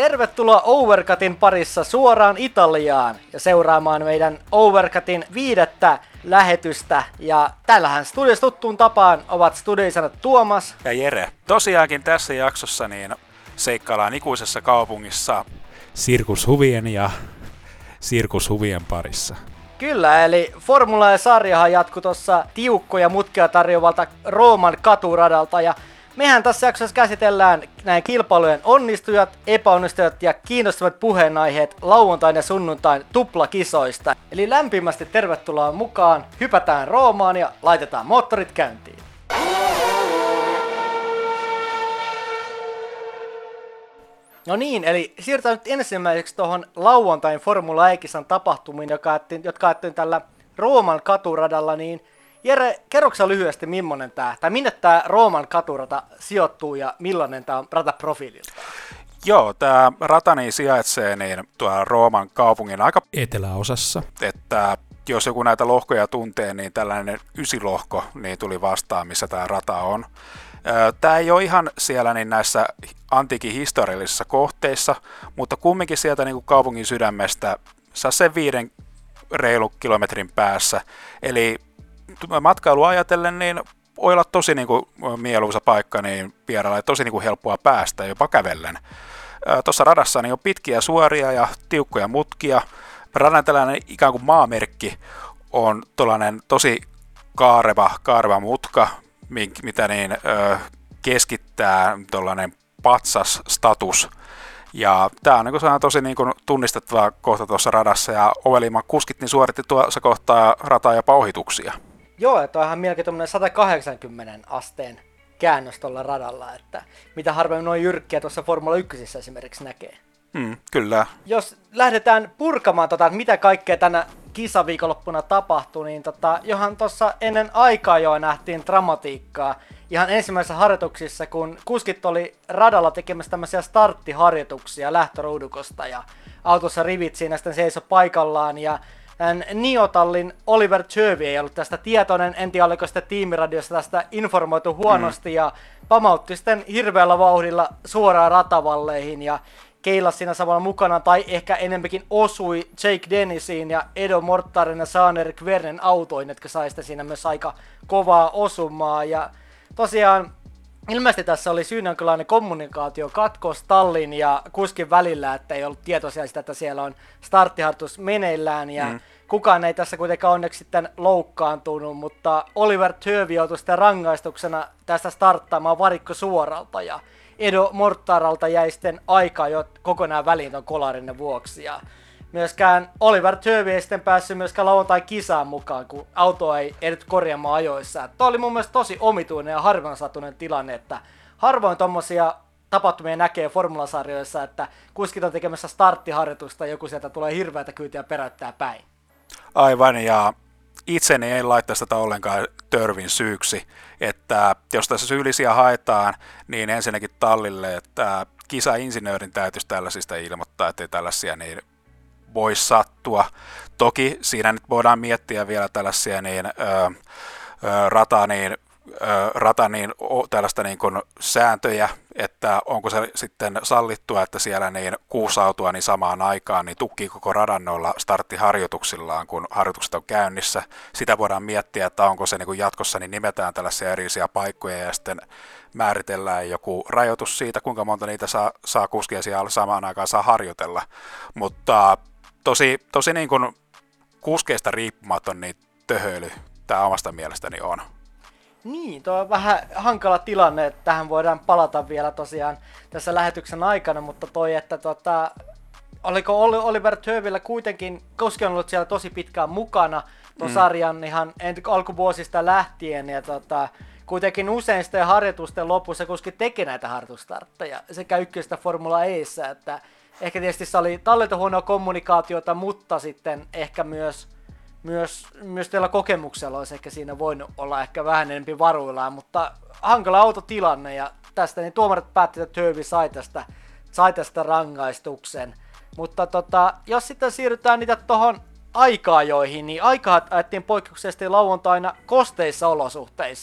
Tervetuloa Overcutin parissa suoraan Italiaan ja seuraamaan meidän Overcutin 5. lähetystä. Ja täällähän studiossa tuttuun tapaan ovat studioisanat Tuomas ja Jere. Tosiaankin tässä jaksossa niin seikkaillaan ikuisessa kaupungissa sirkushuvien ja sirkushuvien parissa. Kyllä, eli Formula E-sarjahan jatkui tuossa tiukkoja mutkia tarjoavalta Rooman katuradalta ja mehän tässä jaksossa käsitellään näin kilpailujen onnistujat, epäonnistujat ja kiinnostavat puheenaiheet lauantain ja sunnuntain tuplakisoista. Eli lämpimästi tervetuloa mukaan, hypätään Roomaan ja laitetaan moottorit käyntiin. No niin, eli siirrytään nyt ensimmäiseksi tuohon lauantain Formula E-kisan tapahtumiin, jotka ajettiin tällä Rooman katuradalla, niin Jere, kerroksä lyhyesti minne tämä Rooman katurata sijoittuu ja millainen tämä on rataprofiililta? Joo, tämä rata niin sijaitsee niin tuolla Rooman kaupungin aika eteläosassa. Että jos joku näitä lohkoja tuntee, niin tällainen 9-lohko niin tuli vastaan, missä tämä rata on. Tämä ei ole ihan siellä niin näissä antiikin historiallisissa kohteissa, mutta kumminkin sieltä niin kuin kaupungin sydämestä saa sen 5 reilu kilometrin päässä. Eli matkailu ajatellen niin voi olla tosi niin kuin mieluisa paikka niin vierailla ja tosi niin kuin helppoa päästä jopa kävellen. Tuossa radassa niin on pitkiä suoria ja tiukkoja mutkia. Radan tällainen ikään kuin maamerkki on tuollainen tosi kaareva mutka, mitä niin keskittää tuollainen patsasstatus. Ja tämä on niin tosi niin kuin tunnistettava kohta tuossa radassa ja Ovelimman kuskit niin suoritti tuossa kohtaa rataa jopa ohituksia. Joo, että on ihan melkein tuommoinen 180 asteen käännös tuolla radalla, että mitä harvemmin noin jyrkkiä tuossa Formula 1 esimerkiksi näkee. Kyllä. Jos lähdetään purkamaan että mitä kaikkea tänä kisaviikonloppuna tapahtui, niin johan tuossa ennen aikaa jo nähtiin dramatiikkaa ihan ensimmäisissä harjoituksissa, kun kuskit oli radalla tekemässä tämmöisiä starttiharjoituksia lähtöruudukosta ja autossa rivit siinä sitten seisoi paikallaan ja Niotallin Oliver Tjörvi ei ollut tästä tietoinen, en tiedä oliko sitten tiimiradiossa tästä informoitu huonosti ja pamautti sitten hirveällä vauhdilla suoraan ratavalleihin ja keilasi siinä samalla mukana tai ehkä enemmänkin osui Jake Dennisiin ja Edo Mortarin ja Jean-Éric Vergnen autoihin, jotka sai sitten siinä myös aika kovaa osumaa ja tosiaan ilmeisesti tässä oli syynä jonkinlainen kommunikaatiokatkos tallin ja kuskin välillä, että ei ollut tietoisia sitä, että siellä on starttiharjoitus meneillään ja kukaan ei tässä kuitenkaan onneksi sitten loukkaantunut, mutta Oliver Tjörvi joutui sitten rangaistuksena tästä starttaamaan varikko suoralta ja Edo Mortaralta jäi sitten aikaa jo kokonaan väliin ton kolarin vuoksi ja myöskään Oliver Tjörvi ei sitten päässyt myöskään lauantai-kisaan mukaan, kun auto ei ehdy korjaamaan ajoissa. Tuo oli mun mielestä tosi omituinen ja harvinaisatuinen tilanne, että harvoin tommosia tapahtumia näkee formulasarjoissa, että kuskit on tekemässä starttiharjoitusta ja joku sieltä tulee hirveätä kyytiä peräyttää päin. Aivan, ja itseni ei laittaisi tätä ollenkaan Tjörvin syyksi, että jos tässä syyllisiä haetaan, niin ensinnäkin tallille, että kisainsinöörin täytyisi tällaisista ilmoittaa, ettei tällaisia niin voi sattua. Toki siinä nyt voidaan miettiä vielä tällaisia tällaista niin kuin sääntöjä, että onko se sitten sallittua, että siellä niin 6 autoa niin samaan aikaan niin tukkii koko radan noilla starttiharjoituksillaan, kun harjoitukset on käynnissä. Sitä voidaan miettiä, että onko se niin kuin jatkossa niin nimetään tällaisia erillisiä paikkoja ja sitten määritellään joku rajoitus siitä, kuinka monta niitä saa kuskia siellä samaan aikaan saa harjoitella. Mutta tosi niin kuin kuskeista riippumaton niin töhöily tämä omasta mielestäni on. Niin, tuo on vähän hankala tilanne, että tähän voidaan palata vielä tosiaan tässä lähetyksen aikana, mutta että oliko Oliver Tjörvillä kuitenkin, koska on ollut siellä tosi pitkään mukana tuon sarjan ihan alkuvuosista lähtien ja kuitenkin usein sitten harjoitusten lopussa kuski tekee näitä harjoitusstartteja sekä ykköstä Formula E:ssä, että ehkä tietysti se oli tallilta huonoa kommunikaatiota, mutta sitten ehkä myös teillä kokemuksella olisi ehkä siinä voinut olla ehkä vähän enemmän varuillaan, mutta hankala autotilanne ja tästä niin tuomarit päättivät, että Tjörvi sai tästä rangaistuksen. Mutta jos sitten siirrytään niitä tuohon aika-ajoihin, niin aikaa ajettiin poikkeuksellisesti lauantaina kosteissa olosuhteissa.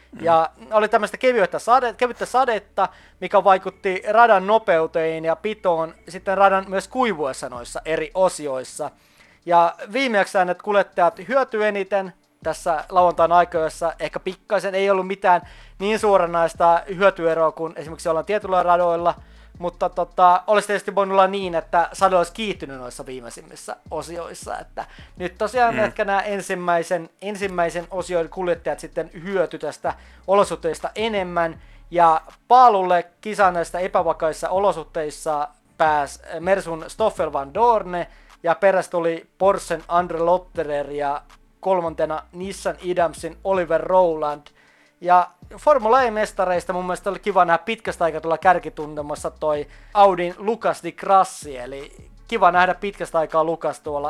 Ja oli tämmöistä kevyttä sadetta, mikä vaikutti radan nopeuteen ja pitoon sitten radan myös kuivuessa noissa eri osioissa. Ja viimeksi että kuljettajat hyötyi eniten tässä lauantain aikoissa, ehkä pikkaisen ei ollut mitään niin suoranaista hyötyeroa kuin esimerkiksi ollaan tietyillä radoilla, mutta olisi tietysti voinut olla niin, että sade olisi kiihtynyt noissa viimeisimmissä osioissa. Että nyt tosiaan ehkä nämä ensimmäisen osion kuljettajat sitten hyöty tästä olosuhteista enemmän, ja paalulle kisan näistä epävakaissa olosuhteissa pääsi Mersun Stoffel van Dorne, ja perässä tuli Porschen Andre Lotterer ja kolmantena Nissan Idamsin Oliver Rowland. Ja Formula E-mestareista mun mielestä oli kiva nähdä pitkästä aikaa tulla kärkituntemassa toi Audin Lucas Di Grassi, eli kiva nähdä pitkästä aikaa Lucas tuolla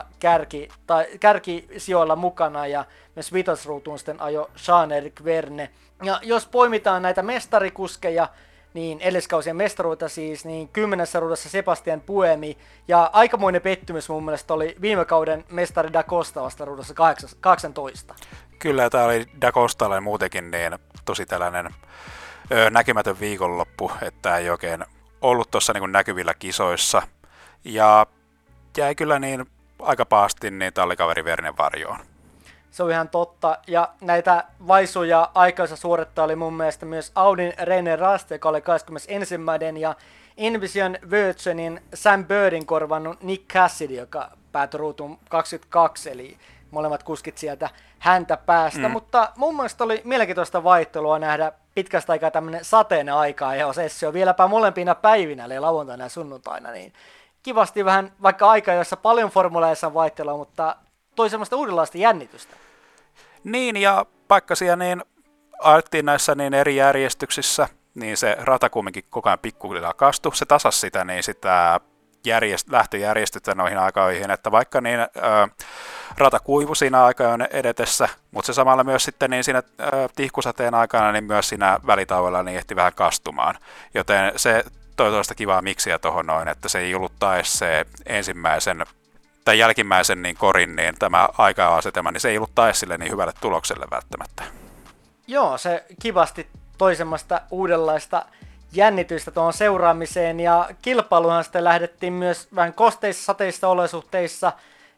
kärkisijoilla mukana, ja myös vitosruutuun sitten ajo Jean-Éric Vergne. Ja jos poimitaan näitä mestarikuskeja, niin edelliskausien mestaruutta siis, niin 10. ruudussa Sebastian Buemi, ja aikamoinen pettymys mun mielestä oli viime kauden mestari Da Costa vasta ruudussa 18. Kyllä, tämä oli Da Costalle muutenkin niin tosi tällainen näkymätön viikonloppu, että ei oikein ollut tuossa niin näkyvillä kisoissa, ja jäi kyllä niin aika pahasti niin tallikaveri Vernen varjoon. Se on ihan totta, ja näitä vaisuja aikaisa suorittaa oli mun mielestä myös Audin René Rast, joka oli 21. ja Envision Virginin Sam Birdin korvannut Nick Cassidy, joka päätyi ruutuun 22, eli molemmat kuskit sieltä häntä päästä, mutta mun mielestä oli mielenkiintoista vaihtelua nähdä pitkästä aikaa tämmöinen sateinen aikaa ja sessio vieläpä molempina päivinä, eli lauantaina ja sunnuntaina, niin kivasti vähän vaikka aikaa, jossa paljon formuleissa vaihtelua, mutta toi semmoista uudenlaista jännitystä. Niin, ja vaikka siellä niin ajettiin näissä niin eri järjestyksissä, niin se rata kumminkin koko ajan pikkuhiljaa kastui, se tasasi sitä, niin sitä lähtöjärjestystä noihin aikoihin, että vaikka niin rata kuivui siinä aikojen edetessä, mutta se samalla myös sitten niin siinä tihkusateen aikana niin myös siinä välitauolla niin ehti vähän kastumaan, joten se toi tuosta kivaa miksiä tuohon noin, että se ei ollut taas se ensimmäisen tai jälkimmäisen niin korin, niin tämä aika-asetema, niin se ei ollut taas sille niin hyvälle tulokselle välttämättä. Joo, se kivasti toi semmoista uudenlaista jännitystä tuohon seuraamiseen, ja kilpailuhan sitten lähdettiin myös vähän kosteissa, sateissa olosuhteissa,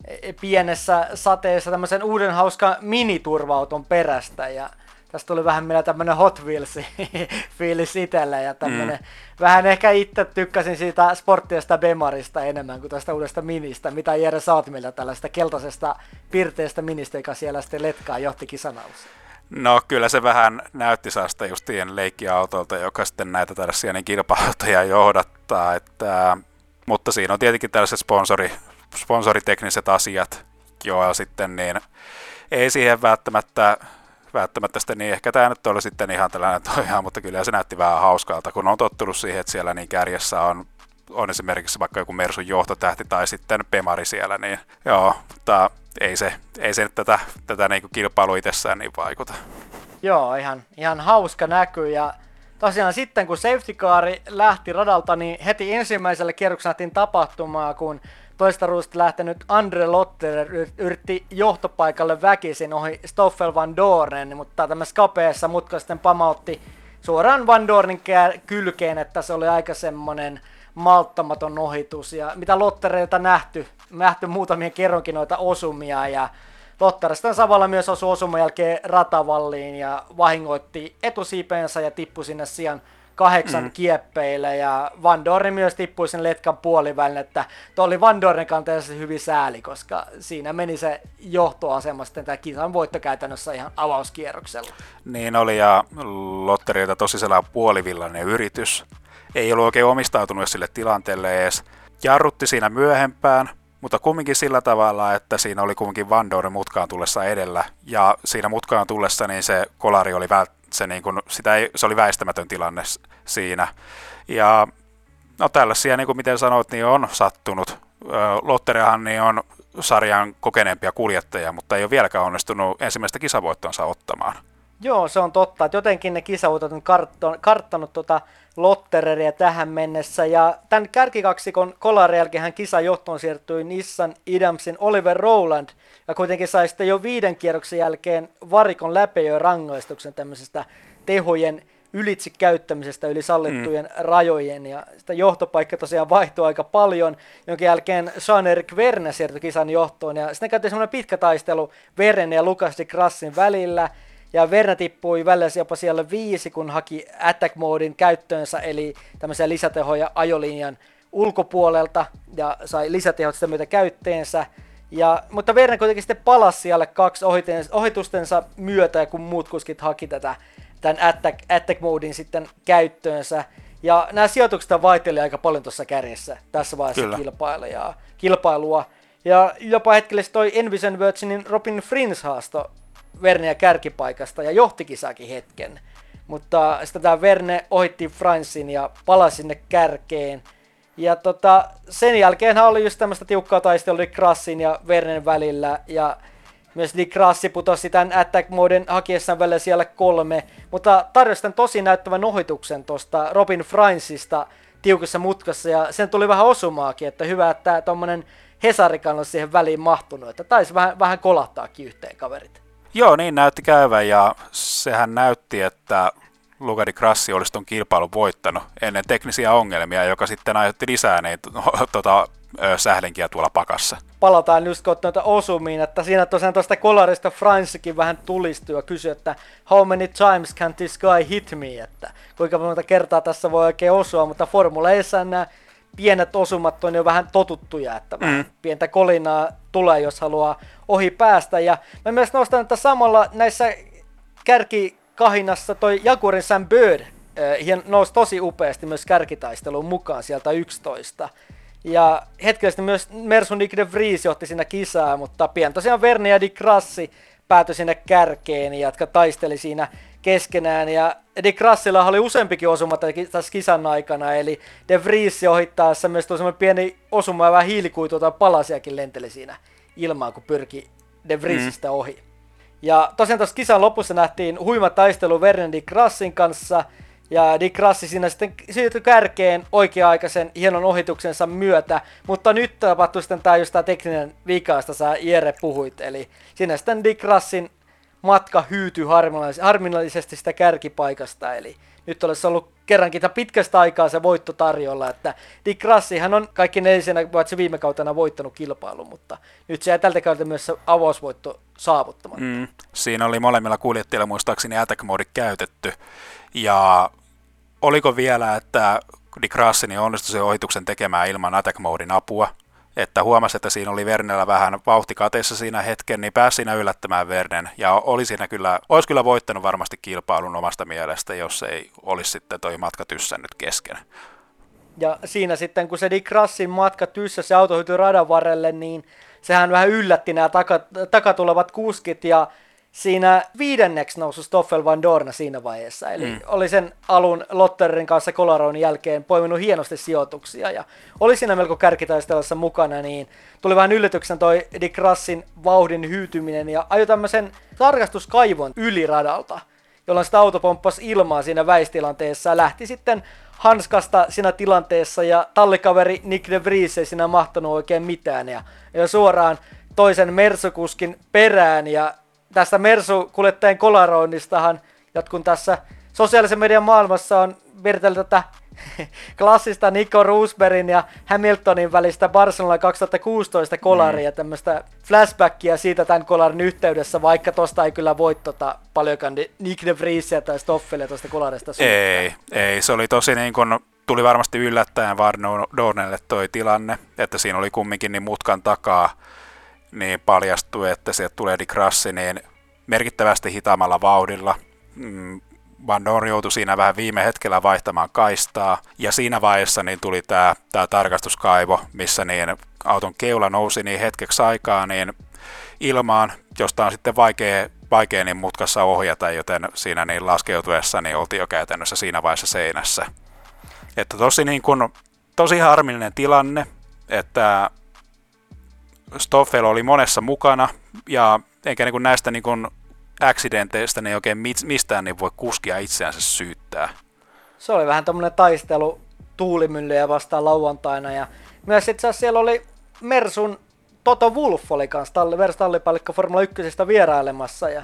pienessä sateessa tämmöisen uuden hauskan miniturva-auton perästä, ja tästä tuli vähän meillä tämmönen Hot Wheels-fiilis itselle, ja tämmönen vähän ehkä itse tykkäsin siitä sporttiasta Bemarista enemmän kuin tästä uudesta ministä. Mitä Jere, sä oot meillä tällaista keltaisesta pirteestä ministä, joka siellä sitten letkaa johti kisanaussa? No kyllä se vähän näytti saasta justien leikkiautolta, joka sitten näitä tällaisia niin kilpailuja johdattaa, mutta siinä on tietenkin tällaiset sponsoritekniset asiat, joilla sitten niin ei siihen välttämättä sitten, niin ehkä tämä nyt oli sitten ihan tällainen toihan, mutta kyllä se näytti vähän hauskalta, kun on tottunut siihen, että siellä niin kärjessä on esimerkiksi vaikka joku Mersun johtotähti tai sitten Pemari siellä, niin joo, mutta ei se nyt tätä niin kuin kilpailua itsessään niin vaikuta. Joo, ihan hauska näky, ja tosiaan sitten kun safety car lähti radalta, niin heti ensimmäisellä kierroksella nähtiin tapahtumaa, kun toista ruudusta lähtenyt Andre Lotterer yritti johtopaikalle väkisin ohi Stoffel van Dornen, mutta tämmöisessä kapeassa mutka sitten pamautti suoraan Van Dornin kylkeen, että se oli aika semmoinen malttamaton ohitus, ja mitä Lottereilta nähty muutamien kerronkin noita osumia, ja Lotterista samalla myös osui osuman jälkeen ratavalliin ja vahingoitti etusiipensä ja tippui sinne sijan 8 kieppeille, ja Van Dorn myös tippui sen letkan puolivälin, että tuo oli Van Dornin kanteessa hyvin sääli, koska siinä meni se johtoasema sitten tämä kisan voitto käytännössä ihan avauskierroksella. Niin oli, ja Lotterilta tosi sellainen puolivillainen yritys. Ei ollut oikein omistautunut sille tilanteelle edes. Jarrutti siinä myöhempään, mutta kumminkin sillä tavalla, että siinä oli kumminkin Van Dorn mutkaan tullessa edellä, ja siinä mutkaan tullessa niin se kolari oli se oli väistämätön tilanne siinä. Ja no tällaisia, niin kuin miten sanoit, niin on sattunut. Lotterihan niin on sarjan kokeneempia kuljettajia, mutta ei ole vieläkään onnistunut ensimmäistä kisavoittonsa ottamaan. Joo, se on totta, että jotenkin ne kisavoitot on karttanut Lottereria tähän mennessä, ja tämän kärkikaksikon kolarin jälkeen kisajohtoon siirtyi Nissan Idamsin Oliver Rowland, ja kuitenkin sai sitten jo 5 kierroksen jälkeen varikon läpiöön rangaistuksen tämmöisestä tehojen ylitse käyttämisestä yli sallittujen rajojen, ja sitä johtopaikka tosiaan vaihtui aika paljon, jonka jälkeen Jean-Éric Vergne siirtyi kisan johtoon, ja sitten käytiin semmoinen pitkä taistelu Vergne ja Lucas de Grassin välillä, ja Vergne tippui välillä jopa siellä 5, kun haki attack modin käyttöönsä, eli tämmöisiä lisätehoja ajolinjan ulkopuolelta, ja sai lisätehot sitä myötä käytteensä. Mutta Vergne kuitenkin sitten palasi siellä 2 ohitustensa myötä, kun muut kuskit haki tämän attack modin sitten käyttöönsä. Ja nämä sijoitukset vaihteli aika paljon tuossa kärjessä tässä vaiheessa kilpailua. Ja jopa hetkellisesti toi Envision Virginin Robin Frins haastoi Verneä kärkipaikasta ja johti kisaakin hetken. Mutta sitten tämä Vergne ohitti Fransin ja palasi sinne kärkeen. Ja sen jälkeenhän oli just tämmöistä tiukkaa taistelua Di Grassin ja Vernen välillä, ja myös Di Grassi putosi tämän attack moden hakiessaan välillä siellä 3, mutta tarjosi tämän tosi näyttävän ohituksen tuosta Robin Fransista tiukassa mutkassa, ja sen tuli vähän osumaakin, että hyvä, että tommonen Hesarikan olisi siihen väliin mahtunut, että taisi vähän kolahtaakin yhteen kaverit. Joo, niin näytti käyvän, ja sehän näytti, että Luca di Grassi olisi tuon kilpailun voittanut ennen teknisiä ongelmia, joka sitten aiheutti lisää sählinkiä tuolla pakassa. Palataan just noita osumiin, että siinä tosiaan tuosta kolarista Franssikin vähän tulistui ja kysyi, että how many times can this guy hit me, että kuinka monta kertaa tässä voi oikein osua, mutta Formula E:ssä nämä pienet osumat on jo vähän totuttuja, että vähän pientä kolinaa tulee, jos haluaa ohi päästä, ja mä myös nostan, että samalla näissä kärkikahinassa toi Jaguarin Sam Bird nousi tosi upeasti myös kärkitaisteluun mukaan sieltä 11. Ja hetkellisesti myös Mersu Nyck de Vries johti siinä kisaa, mutta pian tosiaan Vergne ja Di Grassi päätyi sinne kärkeen, jotka taisteli siinä keskenään. Ja Di Grassilla oli useampikin osuma tässä kisan aikana, eli de Vries ohittaessa myös tuo pieni osuma ja vähän hiilikuitua tai palasiakin lenteli siinä ilmaan, kun pyrki de Vriesistä ohi. Ja tosiaan tuossa kisan lopussa nähtiin huima taistelu Vergne Di Grassin kanssa, ja Di Grassi siinä sitten siirtyi kärkeen oikea-aikaisen hienon ohituksensa myötä, mutta nyt tapahtui sitten tämä tekninen vika, josta sä Jere puhuit, eli siinä sitten Di Grassin matka hyytyi harmillisesti sitä kärkipaikasta, eli nyt olisi ollut kerrankin pitkästä aikaa se voitto tarjolla, että Di Grassihan on kaikki nelisenä, paitsi viime kautena voittanut kilpailun, mutta nyt se ei tältä kaudelta myös se avausvoitto saavuttamatta. Siinä oli molemmilla kuljettajilla muistaakseni attack mode käytetty, ja oliko vielä, että Di Grassi onnistui sen ohituksen tekemään ilman attack modin apua, että huomasi, että siinä oli Vernellä vähän vauhtikateessa siinä hetken, niin pääsi siinä yllättämään Vernen, ja olisi kyllä voittanut varmasti kilpailun omasta mielestä, jos ei olisi sitten toi matka tyssännyt kesken. Ja siinä sitten, kun se Di Grassin matka tyssäsi se auto hyytyi radan varrelle, niin sehän vähän yllätti nämä takatulevat kuskit, ja siinä 5. nousi Stoffel van Dorn siinä vaiheessa, eli oli sen alun Lotterin kanssa Colaron jälkeen poiminut hienosti sijoituksia, ja oli siinä melko kärkitaistelussa mukana, niin tuli vähän yllätyksen toi Di Grassin vauhdin hyytyminen, ja ajoi tämmöisen tarkastuskaivon yli radalta, jolloin sitä auto pomppasi ilmaa siinä väistilanteessa, ja lähti sitten hanskasta siinä tilanteessa, ja tallikaveri Nyck de Vries ei siinä mahtanut oikein mitään, ja suoraan toisen Mersukuskin perään, ja tästä Mersu-kuljettajien kolaroinnistahan, jotkun tässä sosiaalisen median maailmassa on vertailtu tätä klassista Nico Rosbergin ja Hamiltonin välistä Barcelona 2016 kolaria, tämmöistä flashbackia siitä tämän kolarin yhteydessä, vaikka tosta ei kyllä voi paljonkaan Nyck de Vriesia tai Stoffelia tuosta kolarista suhtaan. Ei, se oli tosi niin kuin, tuli varmasti yllättäen Van Dornelle toi tilanne, että siinä oli kumminkin niin mutkan takaa, niin paljastui, että sieltä tulee Di Grassi niin merkittävästi hitaamalla vauhdilla. Van Dorn joutui siinä vähän viime hetkellä vaihtamaan kaistaa, ja siinä vaiheessa niin tuli tämä tarkastuskaivo, missä niin auton keula nousi niin hetkeksi aikaa niin ilmaan, josta on sitten vaikea niin mutkassa ohjata, joten siinä niin laskeutuessa niin oltiin jo käytännössä siinä vaiheessa seinässä. Että tosi harmillinen tilanne, että Stoffel oli monessa mukana, ja eikä niin näistä niin accidenteista niin oikein mistään niin voi kuskia itseänsä syyttää. Se oli vähän tommonen taistelu tuulimyllyjä vastaan lauantaina, ja myös itse asiassa siellä oli Mersun Toto Wolff oli kanssa Mersun tallipäällikkö Formula 1 vierailemassa, ja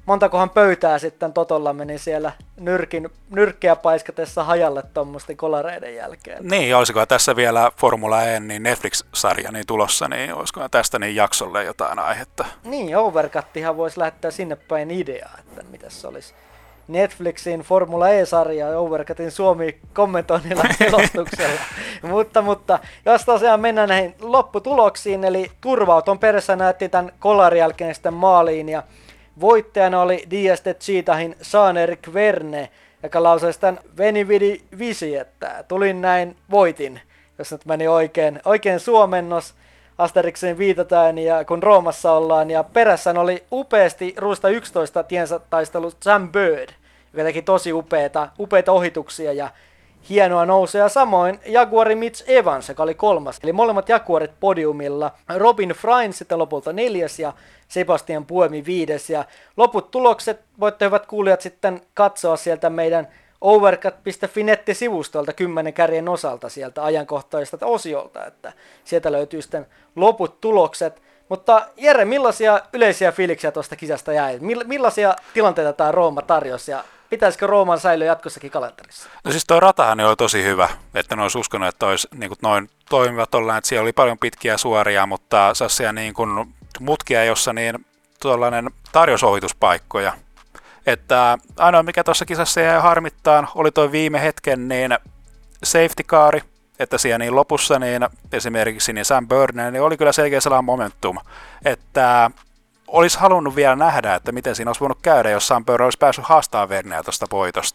montakohan pöytää sitten Totolla meni siellä nyrkkiä paiskatessa hajalle tuommoisten kolareiden jälkeen. Niin, olisiko tässä vielä Formula E niin Netflix-sarja niin tulossa, niin olisiko tästä niin jaksolle jotain aihetta? Niin, Overcuttihan voisi lähettää sinne päin ideaa, että mitäs se olisi. Netflixin Formula E-sarja Overcutin Suomi kommentoinnilla selostuksella. mutta jos tosiaan mennään näihin lopputuloksiin, eli turvauton perässä näytti tämän kolarin jälkeen sitten maaliin, ja voittajana oli Diaz de Cheetahin Jean-Eric Verne, joka lausui sitten Veni Vidi Vici, että tulin näin voitin, jos nyt meni oikein suomennos. Asterixin viitataan, ja kun Roomassa ollaan, ja perässään oli upeasti Ruusta 11 tiensä taistellut Sam Bird, joka teki tosi upeita ohituksia ja hienoa nousua. Samoin Jaguari Mitch Evans, joka oli 3. Eli molemmat Jaguarit podiumilla. Robin Frijns sitten lopulta 4. ja Sebastian Buemi 5. Ja loput tulokset voitte hyvät kuulijat sitten katsoa sieltä meidän overcut.fi nettisivustolta 10 kärjen osalta sieltä ajankohtaisesta osiolta, että sieltä löytyy sitten loput tulokset. Mutta Jere, millaisia yleisiä fiiliksiä tuosta kisasta jäi? Millaisia tilanteita tämä Rooma tarjosi ja pitäisikö Rooman säilyä jatkossakin kalenterissa? No siis tuo ratahan oli tosi hyvä, että ne olisi uskonut, että olisi niin kuin noin toimivat ollaan, että siellä oli paljon pitkiä suoria, mutta sellaisia niin kuin mutkia, jossa niin tuollainen tarjousohituspaikkoja. Että ainoa mikä tuossa kisassa jäi harmittaan oli tuo viime hetken niin safety car, että siellä niin lopussa niin esimerkiksi niin Sam Burnell niin oli kyllä selkeä sellainen momentum, että olisi halunnut vielä nähdä, että miten siinä olisi voinut käydä, jos Sam Burnell olisi päässyt haastamaan Verneä tuosta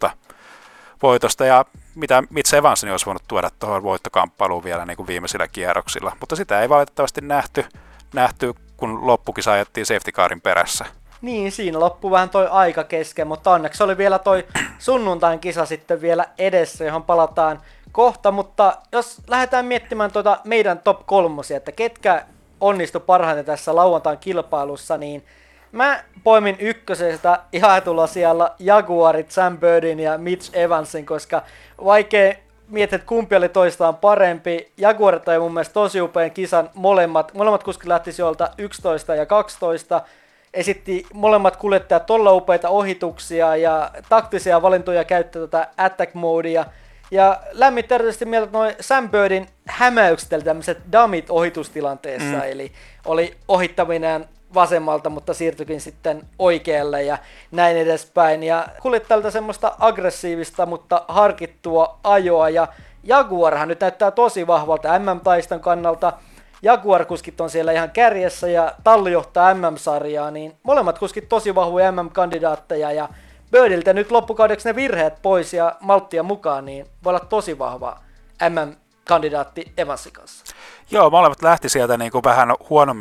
voitosta ja mitä Mitch Evans olisi voinut tuoda tuohon voittokamppailuun vielä niin kuin viimeisillä kierroksilla, mutta sitä ei valitettavasti nähty kun loppukisa ajettiin safety carin perässä. Niin, siinä loppui vähän toi aika kesken, mutta onneksi oli vielä toi sunnuntain kisa sitten vielä edessä, johon palataan kohta, mutta jos lähdetään miettimään meidän top 3, että ketkä onnistu parhaiten tässä lauantain kilpailussa, niin mä poimin ykkösestä jaetulla siellä Jaguarit, Sam Birdin ja Mitch Evansin, koska vaikea miettiä, että kumpi oli toistaan parempi. Jaguarit oli mun mielestä tosi upean kisan molemmat kuskit lähti sieltä 11 ja 12, esitti molemmat kuljettajat todella upeita ohituksia ja taktisia valintoja käyttää tätä attack modea. Ja lämmin erityisesti mieltä noin Sam Birdin hämäykset, eli tämmöiset dummit ohitustilanteessa, eli oli ohittaminen vasemmalta, mutta siirtyikin sitten oikealle ja näin edespäin. Ja kuljettajalta semmoista aggressiivista, mutta harkittua ajoa, ja Jaguarhan nyt näyttää tosi vahvalta MM-taiston kannalta. Jaguar-kuskit on siellä ihan kärjessä ja talli johtaa MM-sarjaa, niin molemmat kuskit tosi vahvoja MM-kandidaatteja, ja Birdiltä nyt loppukaudeksi ne virheet pois ja malttia mukaan, niin voi olla tosi vahva MM-kandidaatti Evansin kanssa. Joo, molemmat lähti sieltä niin kuin vähän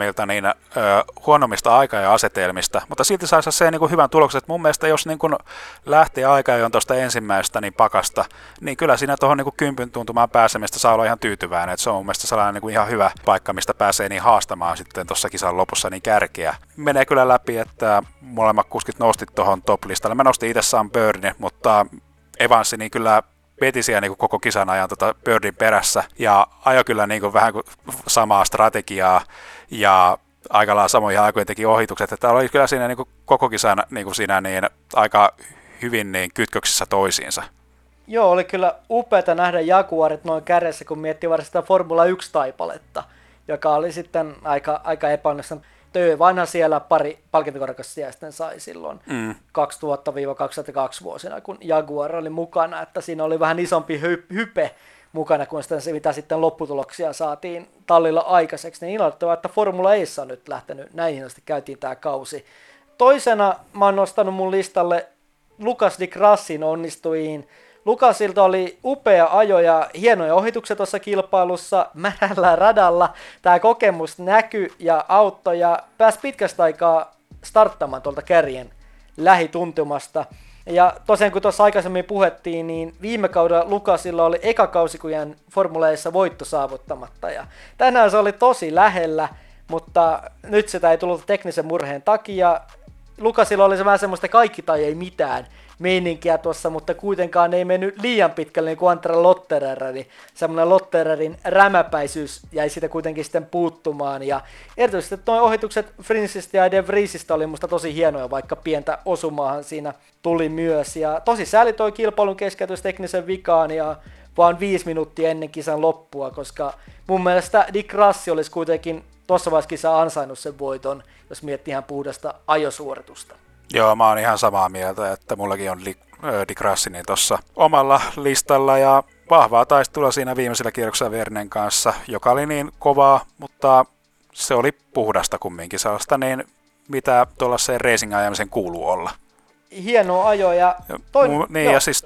huonommista aika- ja asetelmista, mutta silti saisi se niin kuin hyvän tuloksen, että mun mielestä jos niin kuin lähtee aika jo tuosta ensimmäisestä niin pakasta, niin kyllä siinä tuohon niin kuin 10 tuntumaan pääsemistä saa olla ihan tyytyväinen, että se on mun mielestä sellainen niin kuin ihan hyvä paikka, mistä pääsee niin haastamaan sitten tuossa kisan lopussa niin kärkeä. Menee kyllä läpi, että molemmat kuskit nosti tuohon top-listalle. Mä nostin itse Sam Birdin, mutta Evansi niin kyllä veti siellä niin koko kisan ajan Birdin perässä ja ajoi kyllä niin vähän kuin samaa strategiaa ja aika lailla samoja aikoja teki ohitukset, että oli kyllä siinä niin koko kisan niin siinä niin aika hyvin niin kytköksissä toisiinsa. Joo, oli kyllä upeata nähdä Jaguarit noin kärjessä, kun miettii varsin sitä Formula 1-taipaletta, joka oli sitten aika epäonnistunut. Vanha siellä pari palkintokorkeussia sitten sai silloin 2000-2002 vuosina, kun Jaguar oli mukana, että siinä oli vähän isompi hype mukana kuin se, mitä sitten lopputuloksia saatiin tallilla aikaiseksi. Niin ilmoittavaa, että Formula Eissa on nyt lähtenyt, näihin asti käytiin tämä kausi. Toisena mä oon nostanut mun listalle Lucas Di Grassin onnistujiin. Lukasilta oli upea ajo ja hienoja ohituksia tuossa kilpailussa märällä radalla. Tämä kokemus näkyi ja auttoi ja pääsi pitkästä aikaa starttamaan tuolta kärjen lähituntumasta. Ja tosiaan kun tuossa aikaisemmin puhettiin, niin viime kaudella Lucasilla oli eka kausi, kun jäi formuleissa voitto saavuttamatta. Ja tänään se oli tosi lähellä, mutta nyt sitä ei tullut teknisen murheen takia. Lukasilla oli se vähän semmoista kaikki tai ei mitään meininkiä tuossa, mutta kuitenkaan ei mennyt liian pitkälle niin kuin Andre Lotterer, niin semmoinen Lottererin rämäpäisyys jäi siitä kuitenkin sitten puuttumaan, ja erityisesti nuo ohitukset Frinsistä ja De Vriesistä oli musta tosi hienoja, vaikka pientä osumaahan siinä tuli myös, ja tosi sääli toi kilpailun keskeytys teknisen vikaan, ja vaan 5 minuuttia ennen kisan loppua, koska mun mielestä Dick Rassi olisi kuitenkin tuossa vaiheessa kisaa ansainnut sen voiton, jos miettii ihan puhdasta ajosuoritusta. Joo, mä oon ihan samaa mieltä, että mullakin on Dick Rassini tuossa omalla listalla ja vahvaa taistelua siinä viimeisellä kierroksella Vernen kanssa, joka oli niin kovaa, mutta se oli puhdasta kumminkin sellaista, niin mitä tuollaiseen racing-ajamisen kuuluu olla. Hienoa ajoa ja ja siis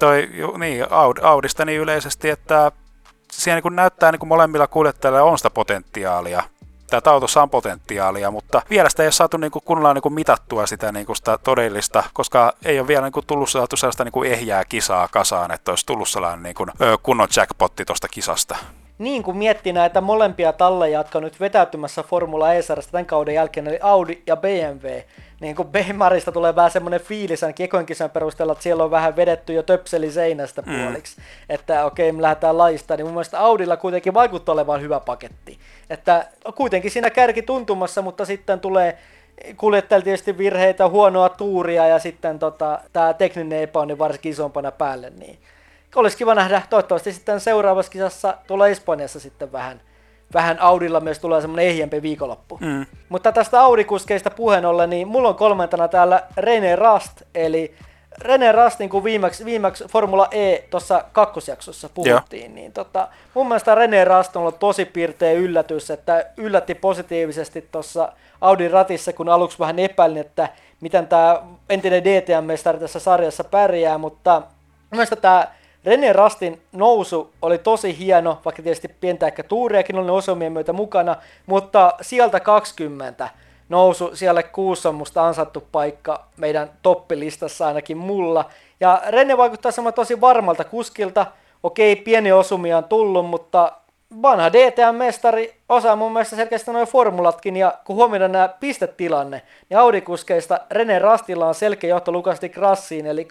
Audista niin yleisesti, että siinä niin näyttää niin molemmilla kuljettajilla on sitä potentiaalia. Tätä autossa on potentiaalia, mutta vielä sitä ei ole saatu kunnolla mitattua sitä, sitä todellista, koska ei ole vielä tullut saatu sellaista ehjää kisaa kasaan, että olisi tullut sellainen kunnon jackpotti tuosta kisasta. Niin kuin miettii näitä molempia talleja, jotka on nyt vetäytymässä Formula E-sarjasta tämän kauden jälkeen, eli Audi ja BMW, niin kuin Beimarista tulee vähän semmoinen fiilis ainakin ekoin kisan perusteella, että siellä on vähän vedetty jo töpseli seinästä puoliksi, että okei, me lähdetään lajista, niin mun mielestä Audilla kuitenkin vaikuttaa olevan hyvä paketti, että kuitenkin siinä kärki tuntumassa, mutta sitten tulee kuljettajilla tietysti virheitä, huonoa tuuria ja sitten tämä tekninen epäonni varsinkin isompana päälle, niin olisi kiva nähdä, toivottavasti sitten seuraavassa kisassa tuolla Espanjassa sitten vähän Audilla myös tulee semmoinen ehjempi viikonloppu. Mutta tästä Audi-kuskeista puheen ollen, niin mulla on kolmantena täällä René Rast, eli René Rast, niin kuin viimeksi Formula E tuossa kakkosjaksossa puhuttiin, niin mun mielestä René Rast on ollut tosi pirteä yllätys, että yllätti positiivisesti tuossa Audin ratissa, kun aluksi vähän epäilin, että miten tämä entinen DTM-mestari tässä sarjassa pärjää, mutta mun mielestä tämä René Rastin nousu oli tosi hieno, vaikka tietysti pientä ehkä tuuriakin oli osumien myötä mukana, mutta sieltä 20 nousu, siellä 6 on musta ansattu paikka meidän toppilistassa ainakin mulla. Ja René vaikuttaa semmoinen tosi varmalta kuskilta, okei pieni osumia on tullut, mutta vanha DTM-mestari osaa mun mielestä selkeästi noin formulatkin, ja kun huomioidaan nämä pistetilanne, niin Audi-kuskeista René Rastilla on selkeä johto Lucas Di Grassiin, eli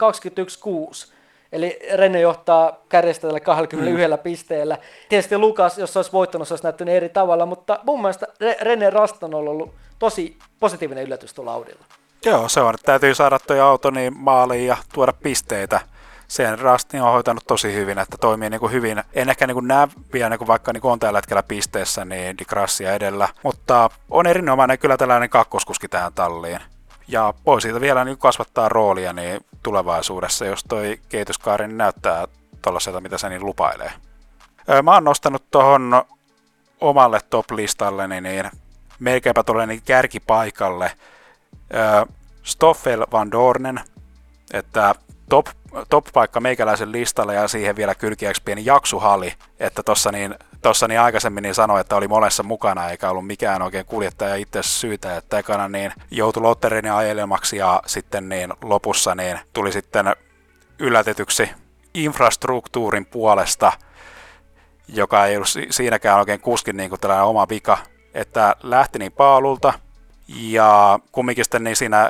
21-6. Eli René johtaa kärjestä tällä 21 pisteellä. Tietysti Lukas, jos se olisi voittanut, se olisi näyttänyt eri tavalla, mutta mun mielestä René Rast on ollut tosi positiivinen yllätys tuolla Audilla. Joo, se on, että täytyy saada tuo auto niin maaliin ja tuoda pisteitä. Sen Rastin on hoitanut tosi hyvin, että toimii hyvin. En ehkä näe vielä, vaikka on tällä hetkellä pisteessä, niin Di Grassia edellä, mutta on erinomainen kyllä tällainen kakkoskuski tähän talliin. Ja voi siitä vielä kasvattaa roolia niin tulevaisuudessa, jos toi kehityskaari näyttää tuollaiselta, mitä se niin lupailee. Mä oon nostanut tuohon omalle top-listalleni niin melkeinpä tuolle niin kärkipaikalle Stoffel van Dornen, että top-paikka meikäläisen listalle ja siihen vielä kylkiäksi pieni jaksuhali, että tuossa niin aikaisemmin niin sanoi, että oli monessa mukana eikä ollut mikään oikein kuljettaja itse syytä, että ekana niin joutui Lotterin ajelemaksi ja sitten niin lopussa niin tuli sitten yllätetyksi infrastruktuurin puolesta, joka ei ollut siinäkään oikein kuskin niin kuin tällainen oma vika, että lähti niin paalulta ja kumminkin sitten niin siinä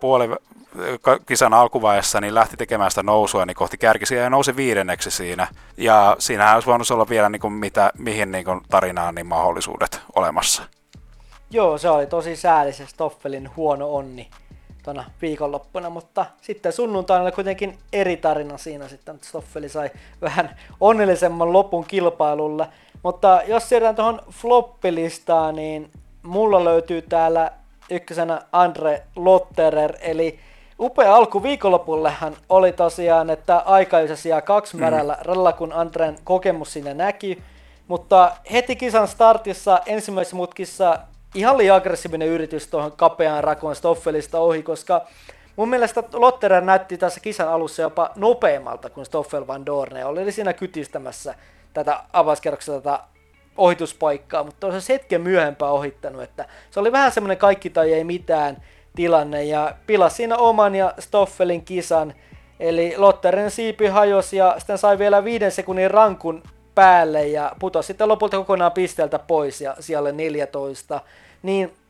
kisan alkuvaiheessa niin lähti tekemään sitä nousua niin kohti kärkisiä ja nousi 5. siinä. Ja siinähän olisi voinut olla vielä mihin tarinaan niin mahdollisuudet olemassa. Joo, se oli tosi sääli se Stoffelin huono onni tuona viikonloppuna, mutta sitten sunnuntaina oli kuitenkin eri tarina siinä sitten, että Stoffeli sai vähän onnellisemman lopun kilpailulle. Mutta jos siirrytään tuohon floppilistaan, niin mulla löytyy täällä ykkösenä Andre Lotterer, eli upea alku viikonlopullehan oli tosiaan, että aikaisessa jää 2 märällä radalla, kun Andren kokemus siinä näki, mutta heti kisan startissa ensimmäisessä mutkissa ihan liian aggressiivinen yritys tuohon kapeaan rakoon Stoffelista ohi, koska mun mielestä Lotterer näytti tässä kisan alussa jopa nopeammalta kuin Stoffel van Dorne, oli siinä kytistämässä tätä avauskerroksessa tätä ohituspaikkaa, mutta on se hetken myöhempää ohittanut, että se oli vähän semmoinen kaikki tai ei mitään tilanne ja pilasi siinä oman ja Stoffelin kisan, eli Lotterin siipi hajosi ja sitten sai vielä 5 sekunnin rankun päälle ja putosi sitten lopulta kokonaan pisteeltä pois ja siellä 14, niin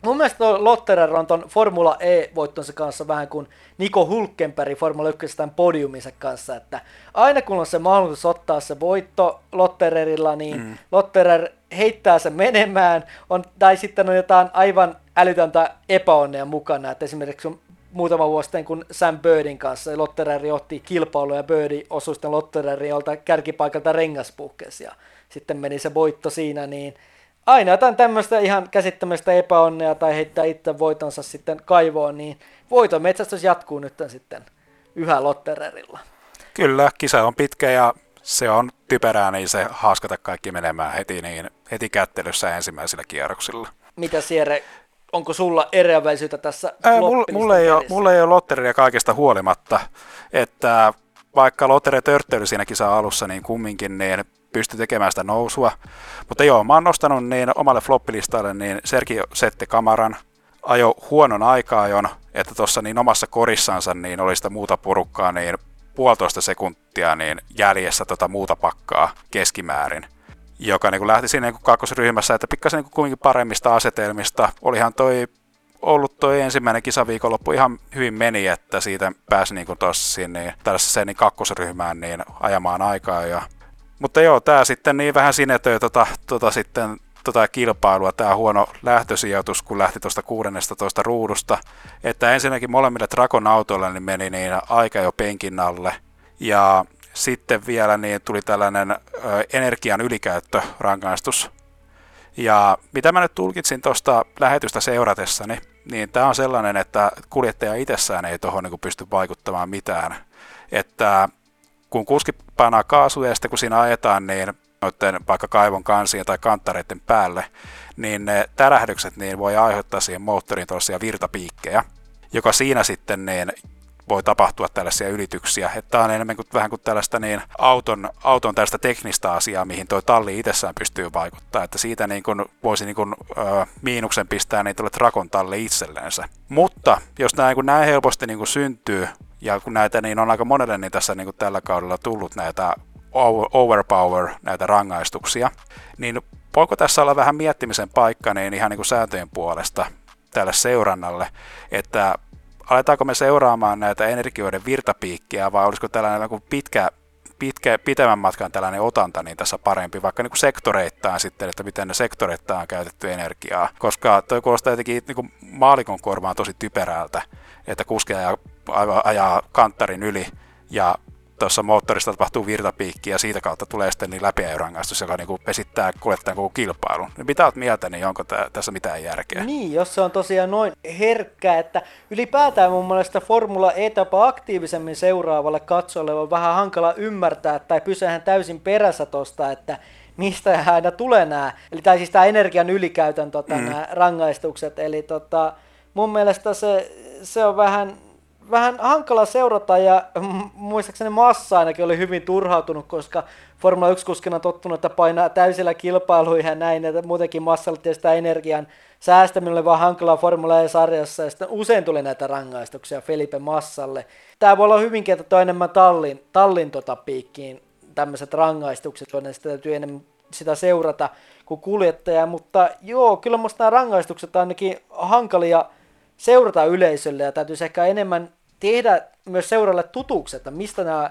Mun mielestä tuo Lotterer on ton Formula E-voittonsa kanssa vähän kuin Nico Hülkenberg Formula 1 tämän podiuminsa kanssa, että aina kun on se mahdollisuus ottaa se voitto Lottererilla, niin Lotterer heittää sen menemään, tai sitten on jotain aivan älytöntä epäonnea mukana, että esimerkiksi muutama vuosi sitten, kun Sam Birdin kanssa Lotterer otti kilpailu ja Birdi osui sitten Lottererin jolta kärkipaikalta rengaspuhkesi ja sitten meni se voitto siinä, niin aina jotain tämmöistä ihan käsittämästä epäonnea tai heittää itse voitonsa sitten kaivoon, niin voiton metsästys jatkuu nyt sitten yhä Lottererilla. Kyllä, kisa on pitkä ja se on typerää, niin se haaskata kaikki menemään heti kättelyssä ensimmäisillä kierroksilla. Mitä Siere, onko sulla eriäväisyyttä tässä mulla ei ole Lotteria kaikesta huolimatta, että vaikka Lotteria törttöili siinä kisan alussa, niin kumminkin niin pystyi tekemään sitä nousua. Mutta joo, mä oon nostanut niin omalle floppilistalle niin Sergio Sette Camaran ajo huonon aika-ajon, että tuossa niin omassa korissansa niin oli sitä muuta porukkaa niin 1,5 sekuntia niin jäljessä muuta pakkaa keskimäärin, joka niin lähti siinä niin kakkosryhmässä, että pikkasen niin kumminkin paremmista asetelmista. Olihan toi ensimmäinen kisaviikonloppu ihan hyvin meni, että siitä pääsi niin tuossa niin, tällaisessa niin kakkosryhmään niin ajamaan aikaa. Mutta joo, tämä sitten niin vähän sinetöi kilpailua, tämä huono lähtösijoitus, kun lähti tuosta 16 ruudusta, että ensinnäkin molemmille Dragon autoille niin meni niin aika jo penkin alle, ja sitten vielä niin tuli tällainen energian ylikäyttörangaistus, ja mitä mä nyt tulkitsin tuosta lähetystä seuratessani, niin tämä on sellainen, että kuljettaja itsessään ei tuohon niin pysty vaikuttamaan mitään, että kun kuski painaa kaasuja ja sitten kun siinä ajetaan niin noiden vaikka kaivon kansien tai kanttareiden päälle, niin ne tärähdykset niin voi aiheuttaa siihen moottoriin tuollaisia virtapiikkejä, joka siinä sitten niin voi tapahtua tällaisia ylityksiä. Tämä on enemmän kuin, vähän kuin tällaista niin auton tällaista teknistä asiaa, mihin tuo talli itsessään pystyy vaikuttamaan, että siitä niin kuin voisi niin kuin, miinuksen pistää niin tuolle Dragon talli itsellensä. Mutta jos nämä niin näin helposti niin kuin syntyy, ja kun näitä niin on aika monelle niin tässä niin kuin tällä kaudella tullut näitä overpower, näitä rangaistuksia, niin voiko tässä olla vähän miettimisen paikka niin ihan niin kuin sääntöjen puolesta tälle seurannalle, että aletaanko me seuraamaan näitä energioiden virtapiikkiä vai olisiko tällainen pitemmän matkan tällainen otanta niin tässä parempi, vaikka niin kuin sektoreittain sitten, että miten ne sektoreittain on käytetty energiaa, koska toi kuulostaa jotenkin niin kuin maalikon korvaan tosi typerältä, että kuski ajaa kanttarin yli ja tuossa moottorista tapahtuu virtapiikki ja siitä kautta tulee sitten niin läpiajorangaistus, joka niin vesittää kuljettajan koko kilpailun. Mitä olet mieltä, niin onko tässä mitään järkeä? Niin, jos se on tosiaan noin herkkä, että ylipäätään mun mielestä Formula E-tapa aktiivisemmin seuraavalle katsojalle on vähän hankala ymmärtää tai pysyä täysin perässä tosta, että mistä aina tulee nämä, eli tai siis tämä energian ylikäytön nämä rangaistukset, eli mun mielestä se on vähän hankala seurata ja muistaakseni Massa ainakin oli hyvin turhautunut, koska Formula 1-kuskina on tottunut, että painaa täysillä kilpailuja ja näin, että muutenkin Massalle tietysti tämä energian säästäminen oli vaan hankalaa Formula E-sarjassa ja sitten usein tuli näitä rangaistuksia Felipe Massalle. Tämä voi olla hyvinkin, että tuo enemmän tallin piikkiin tämmöiset rangaistukset, joiden sitä täytyy enemmän sitä seurata kuin kuljettaja, mutta joo, kyllä musta nämä rangaistukset on ainakin hankalia seurata yleisölle ja täytyisi ehkä enemmän tehdä myös seuralle tutuksi, että mistä nämä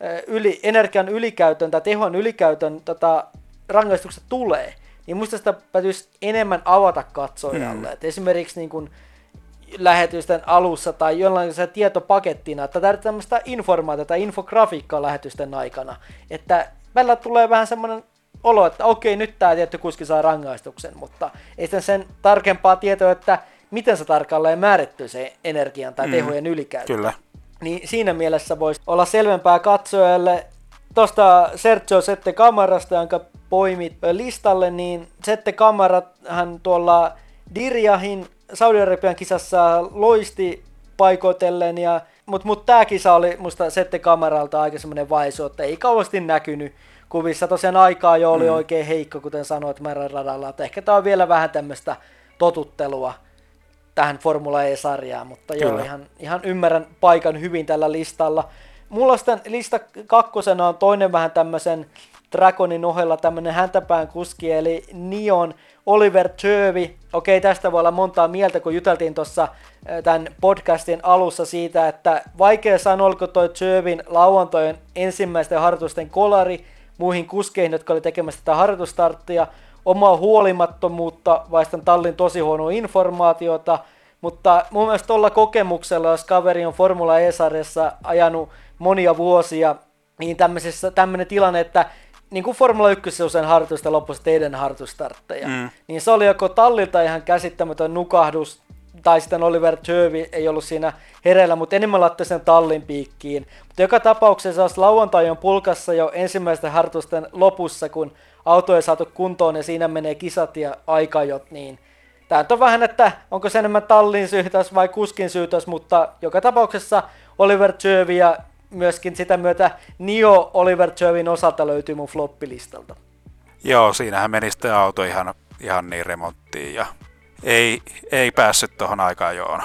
energian ylikäytön tai tehon ylikäytön rangaistukset tulee. Niin musta sitä täytyisi enemmän avata katsojalle. Et esimerkiksi niin kun lähetysten alussa tai jollain tietopakettina, että tarvitaan tämmöistä informaatiota tai infografiikkaa lähetysten aikana. Että välillä tulee vähän semmoinen olo, että okei, nyt tämä tietty kuski saa rangaistuksen, mutta ei sitten sen tarkempaa tietoa, että miten se tarkalleen määrittyy se energian tai tehojen ylikäyttö. Kyllä. Niin siinä mielessä voisi olla selvempää katsojalle. Tuosta Sergio Sette Camarasta, jonka poimit listalle, niin Sette Camara hän tuolla Dirjahin Saudi-Arabian kisassa loisti paikoitellen, mutta tämä kisa oli musta Sette Camaralta aika semmoinen vaisu, että ei kauheasti näkynyt kuvissa. Tosiaan aikaa jo oli oikein heikko, kuten sanoit määrän radalla, että ehkä tämä on vielä vähän tämmöistä totuttelua tähän Formula E-sarjaan, mutta joo, ihan ymmärrän paikan hyvin tällä listalla. Mulla sitten lista kakkosena on toinen vähän tämmöisen Dragonin ohella tämmöinen häntäpään kuski, eli Nion Oliver Turvey. Okei, tästä voi olla montaa mieltä, kun juteltiin tuossa tämän podcastin alussa siitä, että vaikea sanoa, oliko toi Turveyn lauantojen ensimmäisten harjoitusten kolari muihin kuskeihin, jotka oli tekemässä tätä harjoitustarttia, omaa huolimattomuutta, vaistan tallin tosi huonoa informaatiota, mutta mun mielestä tuolla kokemuksella, jos kaveri on Formula E-sarjassa ajanut monia vuosia, niin tämmöinen tilanne, että niin kuin Formula 1 usein harjoitusta lopussa teidän harjoitustartteja, niin se oli joko tallilta ihan käsittämätön nukahdus, tai sitten Oliver Turvey ei ollut siinä hereillä, mutta enemmän laittoi sen tallin piikkiin. Mutta joka tapauksessa, jos lauantai on pulkassa jo ensimmäisten harjoitusten lopussa, kun auto ei saatu kuntoon ja siinä menee kisat ja aikajot, niin tämä on vähän, että onko se enemmän tallin syytös vai kuskin syytös, mutta joka tapauksessa Oliver Turvey ja myöskin sitä myötä Nio Oliver Turveyn osalta löytyy mun floppilistalta. Joo, siinähän meni sitten auto ihan niin remonttiin ja ei päässyt tuohon aikajoon.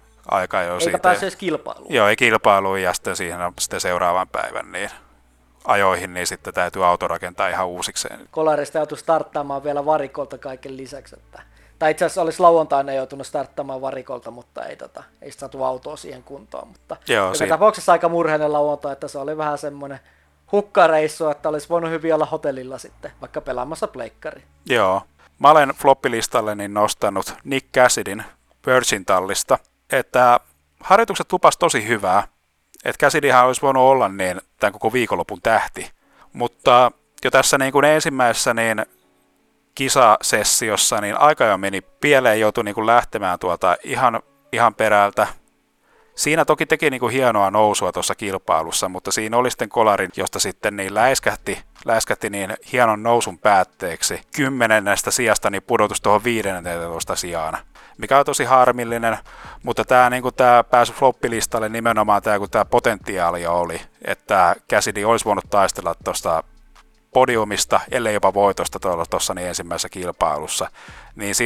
Eikä päässyt edes kilpailuun. Joo, ei kilpailuun ja sitten siihen on sitten seuraavan päivän niin ajoihin, niin sitten täytyy auto rakentaa ihan uusikseen. Kolarista joutui starttaamaan vielä varikolta kaiken lisäksi. Tai itse asiassa olisi lauantaina joutunut starttaamaan varikolta, mutta ei saatu autoa siihen kuntoon. Mutta joo, joka tapauksessa aika murheinen lauantai, että se oli vähän semmoinen hukkareissu, että olisi voinut hyvin olla hotellilla sitten, vaikka pelaamassa pleikkari. Joo. Mä olen floppilistalleni nostanut Nick Cassidyn Virgin-tallista, että harjoitukset lupas tosi hyvää, että Cassidyhän olisi voinut olla niin tämän koko viikonlopun tähti, mutta jo tässä niin kuin ensimmäisessä niin kisasessiossa niin aika jo meni pieleen, joutui niin kuin lähtemään tuolta ihan perältä. Siinä toki teki niin kuin hienoa nousua tuossa kilpailussa, mutta siinä oli sitten kolarin, josta sitten niin läiskähti niin hienon nousun päätteeksi. 10 sijasta niin pudotus tuohon 15 sijaan, mikä on tosi harmillinen, mutta tämä niin kuin pääsy floppilistalle nimenomaan tämä, kun tämä potentiaali oli, että Cassidy olisi voinut taistella tuosta podiumista, ellei jopa voitosta tuossa niin ensimmäisessä kilpailussa, niin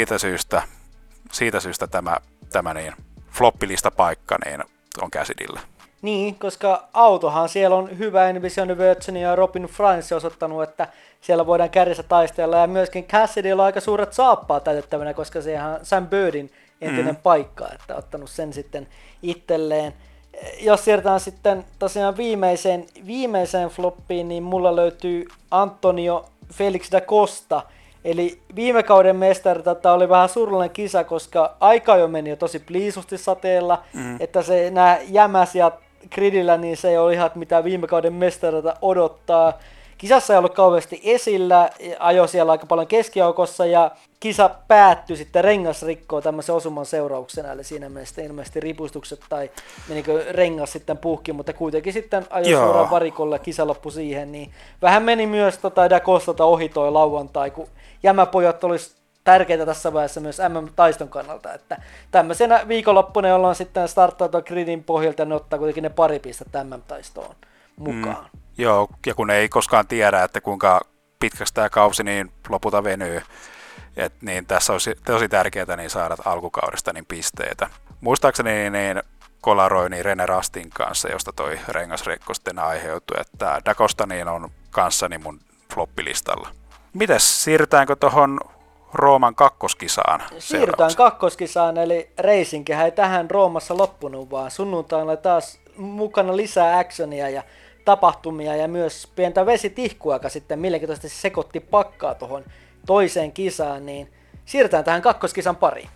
siitä syystä tämä niin floppilista paikka niin on Cassidyllä. Niin, koska autohan siellä on hyvä, Envision Virgin ja Robin France osoittanut, että siellä voidaan kärjessä taistella, ja myöskin Cassidylla on aika suuret saappaat täytettävänä, koska se ihan Sam Birdin entinen paikka, että ottanut sen sitten itselleen. Jos siirrytään sitten tosiaan viimeiseen floppiin, niin mulla löytyy Antonio Felix da Costa. Eli viime kauden mestari oli vähän surullinen kisa, koska aika jo meni jo tosi pliisusti sateella, että se nämä jämäsiä gridillä, niin se ei ole ihan mitä viime kauden mestarilta odottaa. Kisassa ei ollut kauheasti esillä, ajoi siellä aika paljon keskiaukossa ja kisa päättyi sitten rengasrikkoon tämmöisen osuman seurauksena, eli siinä mielessä ilmeisesti ripustukset tai menikö rengas sitten puhki, mutta kuitenkin sitten ajoi suoraan varikolle ja kisa loppui siihen, niin vähän meni myös Da Costalta ohi toi lauantai, kun jämäpojat olisi tärkeitä tässä vaiheessa myös MM-taiston kannalta, että tämmöisenä viikonloppuna ollaan sitten starttautua gridin pohjalta ja ne ottaa kuitenkin ne pari pistettä MM-taistoon mukaan. Joo, ja kun ei koskaan tiedä, että kuinka pitkäksi tämä kausi niin lopulta venyy, niin tässä olisi tosi tärkeää niin saada alkukaudesta niin pisteitä. Muistaakseni niin kolaroi niin René Rastin kanssa, josta toi rengasrekko sitten aiheutui, että Da Costa niin on kanssani mun floppilistalla. Mites, siirrytäänkö tuohon Rooman kakkoskisaan? Siirrytään kakkoskisaan, eli reisinkihän ei tähän Roomassa loppunut, vaan sunnuntaina taas mukana lisää actionia ja tapahtumia ja myös pientä vesitihkua, joka sitten mielenkiintoisesti sekoitti pakkaa tuohon toiseen kisaan, niin siirrytään tähän kakkoskisan pariin.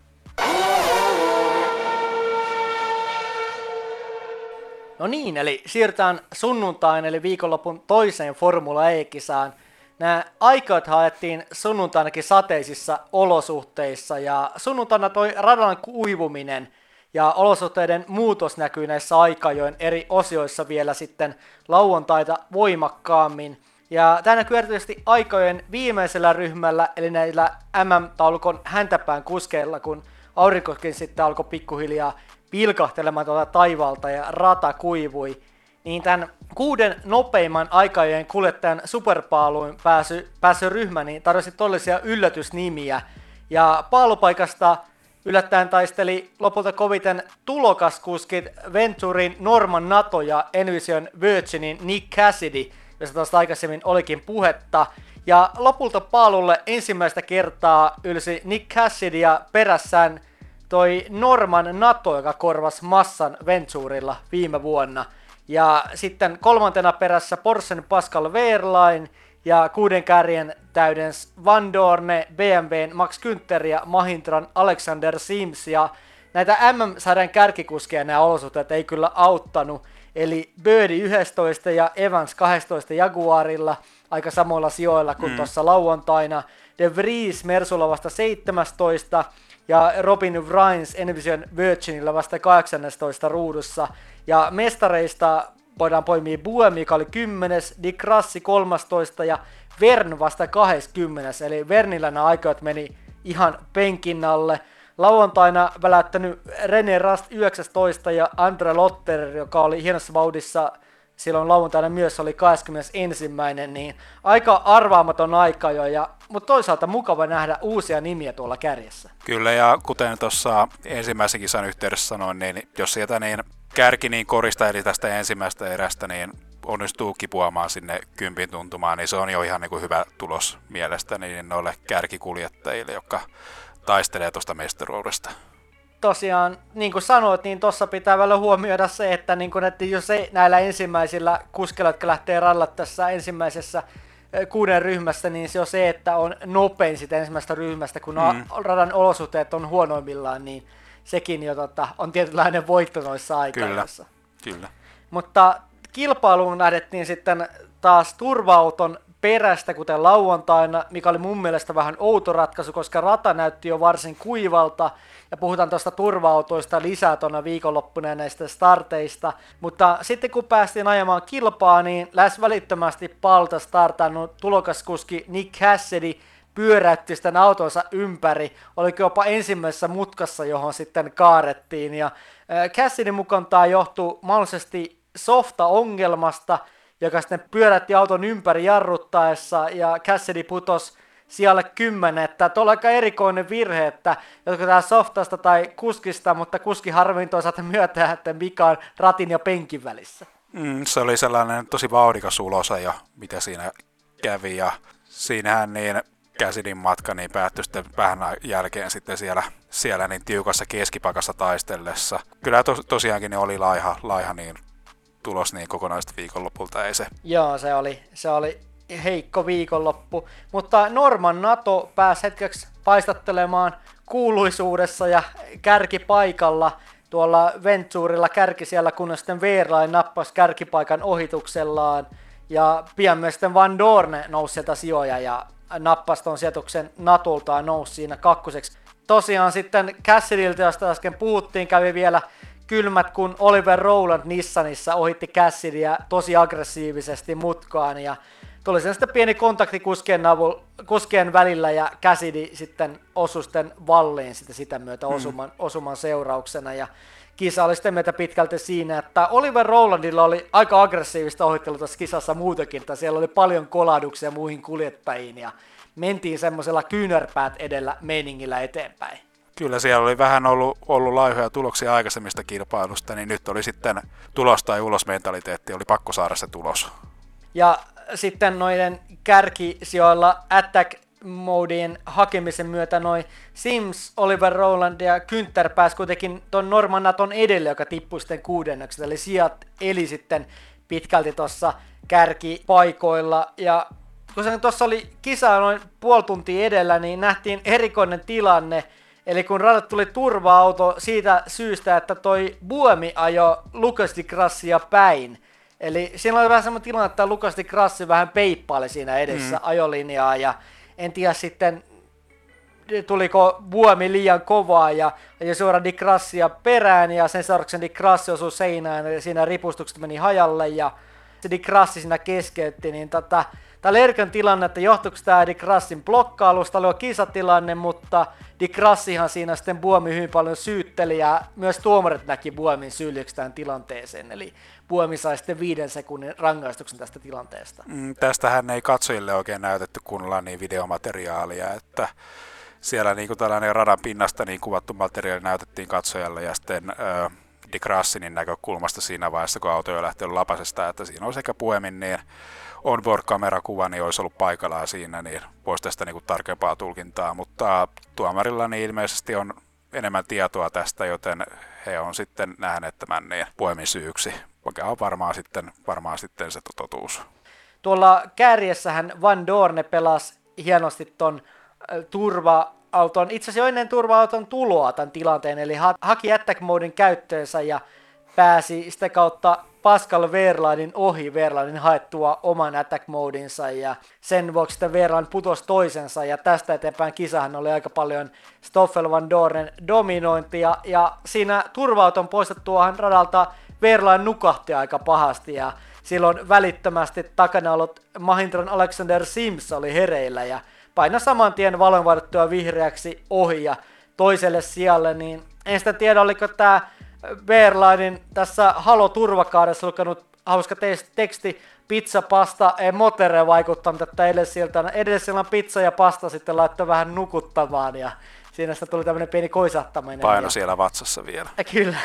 No niin, eli siirrytään sunnuntain eli viikonlopun toiseen Formula E-kisaan. Nämä aikat haettiin sunnuntainakin sateisissa olosuhteissa ja sunnuntaina toi radan kuivuminen ja olosuhteiden muutos näkyy näissä aikajojen eri osioissa vielä sitten lauantaita voimakkaammin. Ja tämä näkyy erityisesti aikojen viimeisellä ryhmällä, eli näillä MM-taulukon häntäpään kuskeilla, kun aurinkokin sitten alkoi pikkuhiljaa pilkahtelemaan tuolta taivaalta ja rata kuivui. Niin tämän 6 nopeimman aikajojen kuljettajan superpaaluun pääsy ryhmä niin tarjosi todellisia yllätysnimiä. Ja paalupaikasta yllättäen taisteli lopulta koviten tulokaskuskit Venturin Norman Nato ja Envision Virginin Nick Cassidy, josta tuosta aikaisemmin olikin puhetta. Ja lopulta paalulle ensimmäistä kertaa ylsi Nick Cassidy ja perässään toi Norman Nato, joka korvasi Massan Venturilla viime vuonna. Ja sitten kolmantena perässä Porschen Pascal Wehrlein ja 6 kärjen täydens Van Dorne, BMWn Max Günther ja Mahindran Alexander Sims. Ja näitä MM-sarjan kärkikuskeja nämä olosuhteet ei kyllä auttanut. Eli Birdie 11 ja Evans 12 Jaguarilla aika samoilla sijoilla kuin tuossa lauantaina. De Vries Mersulla vasta 17 ja Robin Vrijns Envision Virginillä vasta 18 ruudussa. Ja mestareista voidaan poimia Buemi, joka oli 10, Di Grassi 13 ja Vern vasta 20. Eli Vernillä nämä aikajat meni ihan penkin alle. Lauantaina väläyttänyt René Rast 19 ja Andre Lotter, joka oli hienossa vauhdissa silloin lauantaina myös oli 21. Niin aika arvaamaton aika jo, mutta toisaalta mukava nähdä uusia nimiä tuolla kärjessä. Kyllä, ja kuten tuossa ensimmäisen kisan yhteydessä sanoin, niin jos sieltä niin kärki niin korista, eli tästä ensimmäistä erästä, niin onnistuu kipuamaan sinne 10 tuntumaan, niin se on jo ihan niin kuin hyvä tulos mielestäni niin noille kärkikuljettajille, jotka taistelee tuosta mestaruudesta. Tosiaan, niin kuin sanoit, niin tuossa pitää vielä huomioida se, että, niin kuin, että jos ei näillä ensimmäisillä kuskilla, jotka lähtee rallat tässä ensimmäisessä 6 ryhmässä, niin se on se, että on nopein sitä ensimmäisestä ryhmästä, kun radan olosuhteet on huonoimmillaan, niin sekin jo on tietynlainen voitto noissa aikaisissa. Kyllä. Mutta kilpailuun lähdettiin sitten taas turva-auton perästä, kuten lauantaina, mikä oli mun mielestä vähän outo ratkaisu, koska rata näytti jo varsin kuivalta, ja puhutaan tuosta turva-autoista lisää tuona viikonloppuna ja näistä starteista, mutta sitten kun päästiin ajamaan kilpaa, niin lähes välittömästi paalta startannut tulokaskuski Nick Cassidy pyöräytti sitten autonsa ympäri, oliko jopa ensimmäisessä mutkassa, johon sitten kaarettiin, ja Cassidyn mukaan tämä johtuu mahdollisesti softa-ongelmasta, joka sitten pyörätti auton ympäri jarruttaessa, ja Cassidy putosi sijalle 10, että tuolla aika erikoinen virhe, että jotka tää softasta tai kuskista, mutta kuski harvin toisaalta myötä, että mikä on ratin ja penkin välissä. Se oli sellainen tosi vauhdikas ulosajo, mitä siinä kävi, ja siinähän niin Cassidyn matka niin päättyi sitten vähän jälkeen sitten siellä niin tiukassa keskipakassa taistellessa. Kyllä tosiaankin niin oli laiha niin tulos niin kokonaista viikonlopulta, ei se. Joo, se oli heikko viikonloppu, mutta Norman Nato pääsi hetkeksi paistattelemaan kuuluisuudessa ja kärkipaikalla tuolla Venturilla kärki siellä, kun sitten Wehrlein nappasi kärkipaikan ohituksellaan ja pian myös sitten Van Dorne nousi sieltä sijoja ja nappasi ton sijoituksen Natolta ja nousi siinä kakkoseksi. Tosiaan sitten Cassidyltä, josta äsken puhuttiin, kävi vielä kylmät, kun Oliver Rowland Nissanissa ohitti Cassidyä tosi aggressiivisesti mutkaan ja tuli sen sitten pieni kontakti kuskien välillä ja Cassidy sitten osui sitten valliin sitä myötä osuman seurauksena ja kisa oli sitten meitä pitkälti siinä, että Oliver Rowlandilla oli aika aggressiivista ohittelua tässä kisassa muutenkin, että siellä oli paljon kolahduksia muihin kuljettajiin ja mentiin semmoisella kyynärpäät edellä meiningillä eteenpäin. Kyllä siellä oli vähän ollut laihoja tuloksia aikaisemmista kilpailusta, niin nyt oli sitten tulos tai ulos mentaliteetti, oli pakko saada se tulos. Ja sitten noiden kärkisijoilla attack modien hakemisen myötä noin Sims, Oliver Rowland ja Günther pääsi kuitenkin ton Norman Naton edelle, joka tippui sitten 6. Eli sijat eli sitten pitkälti tuossa kärkipaikoilla. Ja kun tuossa oli kisa noin puoli tuntia edellä, niin nähtiin erikoinen tilanne. Eli kun radat tuli turva-auto siitä syystä, että toi Buemi ajoi Lucas Di Grassia päin. Eli siinä oli vähän semmoinen tilanne, että Lucas Di Grassi vähän peippaili siinä edessä ajolinjaa ja en tiedä sitten tuliko Buemi liian kovaa ja suoraan Di Grassia perään ja sen seuraavaksi Di Grassi osui seinään ja siinä ripustukset meni hajalle ja se Di Grassi siinä keskeytti, niin tämä oli erikoinen tilanne, että johtuiko tämä Di Grassin blokkailusta, oli kisatilanne, mutta Di Grassihan siinä sitten Buemi hyvin paljon syytteli ja myös tuomarit näki Buemin syylliseksi tähän tilanteeseen, eli Buemi sai sitten 5 sekunnin rangaistuksen tästä tilanteesta. Tästähän ei katsojille oikein näytetty kunnolla niin videomateriaalia, että siellä niin kuin tällainen radan pinnasta niin kuvattu materiaali näytettiin katsojalle ja sitten Di Grassinin näkökulmasta siinä vaiheessa, kun auto jo lähti lapasesta, että siinä on sekä Buemin niin onboard-kamerakuva niin olisi ollut paikallaan siinä, niin voisi tästä niin kuin tarkempaa tulkintaa, mutta tuomarilla niin ilmeisesti on enemmän tietoa tästä, joten he on sitten nähneet tämän niin poemin syyksi, mikä on varmaan sitten se totuus. Tuolla kärjessähän Van Dorne pelasi hienosti ton turva-auton, itse asiassa jo ennen turva-auton tuloa tämän tilanteen, eli haki attack modin käyttöönsä ja pääsi sitä kautta Pascal Wehrleinin ohi Wehrleinin haettua oman attack modinsa ja sen vuoksi sitten Wehrlein putosi toisensa ja tästä eteenpäin kisahan oli aika paljon Stoffel Van Dornen dominointia ja siinä turva-auton poistettuahan radalta Wehrlein nukahti aika pahasti ja silloin välittömästi takana ollut Mahindran Alexander Sims oli hereillä ja painoi saman tien valonvaihdettua vihreäksi ohi ja toiselle sijalle, niin en sitä tiedä, oliko tämä Wehrleinin tässä Halo-turvakaudessa lukenut hauska teksti pizza, pasta, motere vaikuttanut, että edellisellä pizza ja pasta sitten laittoi vähän nukuttamaan ja siinä sitä tuli tämmöinen pieni koisahtaminen. Paino siellä vatsassa vielä. Kyllä.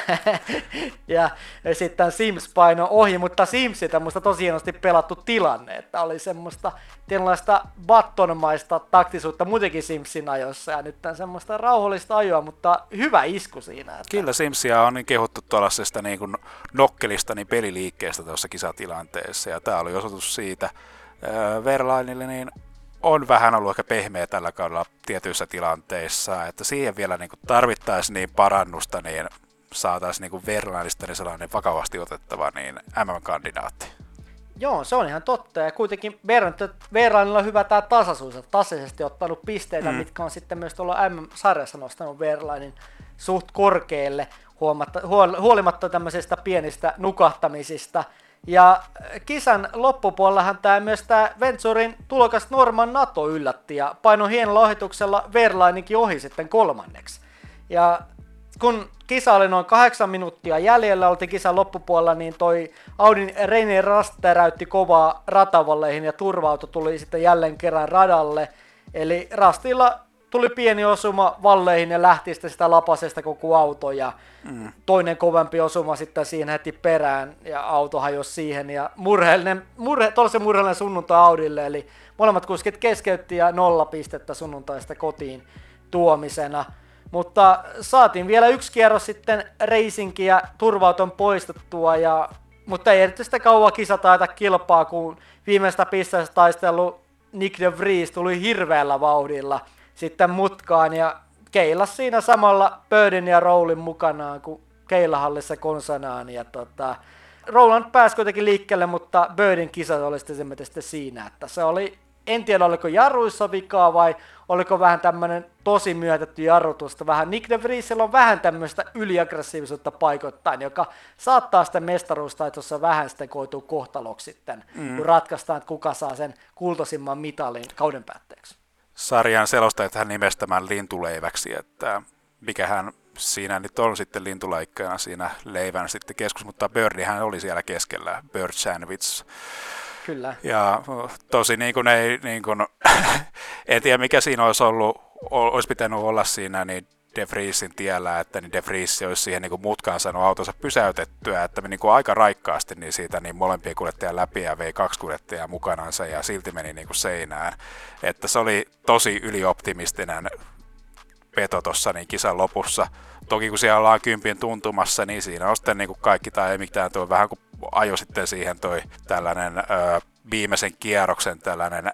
Ja sitten Sims paino ohi, mutta Simsiltä musta tosi hienosti pelattu tilanne, että oli semmoista tietynlaista battonmaista taktisuutta muutenkin Simsin ajossa ja nyt on semmoista rauhallista ajoa, mutta hyvä isku siinä. Että... Kyllä Simsia on niin kehuttu tuollaisesta niin kuin nokkelista niin peliliikkeestä tuossa kisatilanteessa ja tämä oli osoitus siitä. Wehrleinille niin on vähän ollut ehkä pehmeä tällä kaudella tietyissä tilanteissa, että siihen vielä niin tarvittaisiin niin parannusta, niin saataisiin niin Wehrleinista niin sellainen vakavasti otettava niin MM-kandidaatti. Joo, se on ihan totta, ja kuitenkin Wehrleinilla on hyvä tämä tasaisuus, että tasaisesti ottanut pisteitä, mitkä on sitten myös tuolla MM-sarjassa nostanut Wehrleinin suht korkealle, huolimatta tämmöisistä pienistä nukahtamisista. Ja kisan loppupuolellahan myös tämä Venturin tulokas Norman Nato yllätti ja painoi hienolla ohituksella Wehrleininkin ohi sitten kolmanneksi. Ja kun kisa oli noin 8 minuuttia jäljellä, oltiin kisan loppupuolella, niin toi Audin Reine Rast täräytti kovaa ratavalleihin ja turva-auto tuli sitten jälleen kerran radalle. Eli Rastilla tuli pieni osuma valleihin ja lähti sitä lapasesta koko auto ja toinen kovempi osuma sitten siinä heti perään ja auto hajosi siihen ja murheellinen sunnuntai Audille, eli molemmat kuskit keskeytti ja 0 pistettä sunnuntaista kotiin tuomisena. Mutta saatiin vielä yksi kierros sitten racingin ja turva-auton poistettua, mutta ei erityisesti kauan kisa taita kilpaa, kun viimeistä pisteestä taistellut Nick de Vries tuli hirveällä vauhdilla sitten mutkaan ja keilas siinä samalla Birdin ja Rowlin mukanaan kuin keilahallissa konsanaan. Ja Rowland pääsi kuitenkin liikkeelle, mutta Birdin kisat oli sitten siinä, että se oli, en tiedä oliko jarruissa vikaa vai oliko vähän tämmöinen tosi myötetty jarrutusta. Vähän Nick de Vriesillä on vähän tämmöistä yliaggressiivisuutta paikoittain, joka saattaa sitten mestaruustaitossa vähän sitten koitua kohtaloksi sitten, kun ratkaistaan, että kuka saa sen kultaisimman mitalin kauden päätteeksi. Sarjan selostajat hän nimesi tämän lintuleiväksi, että mikähän siinä nyt on sitten lintuleikkana siinä leivän sitten keskus, mutta Birdihän oli siellä keskellä, Bird Sandwich. Kyllä. Ja tosi niin kuin ei, niin kuin, en tiedä mikä siinä olisi pitänyt olla siinä niin De Vriesin tiellä, että niin De Vries olisi siihen niin mutkaan saanut autonsa pysäytettyä, että me niin kuin aika raikkaasti niin siitä niin molempien kuljettajien läpi ja vei 2 kuljettajaa mukanansa ja silti meni niin kuin seinään. Että se oli tosi ylioptimistinen veto tuossa niin kisan lopussa. Toki kun siellä ollaan 10 tuntumassa, niin siinä on sitten niin kuin kaikki tai ei mitään, tuo vähän kuin ajo sitten siihen toi tällainen viimeisen kierroksen tällainen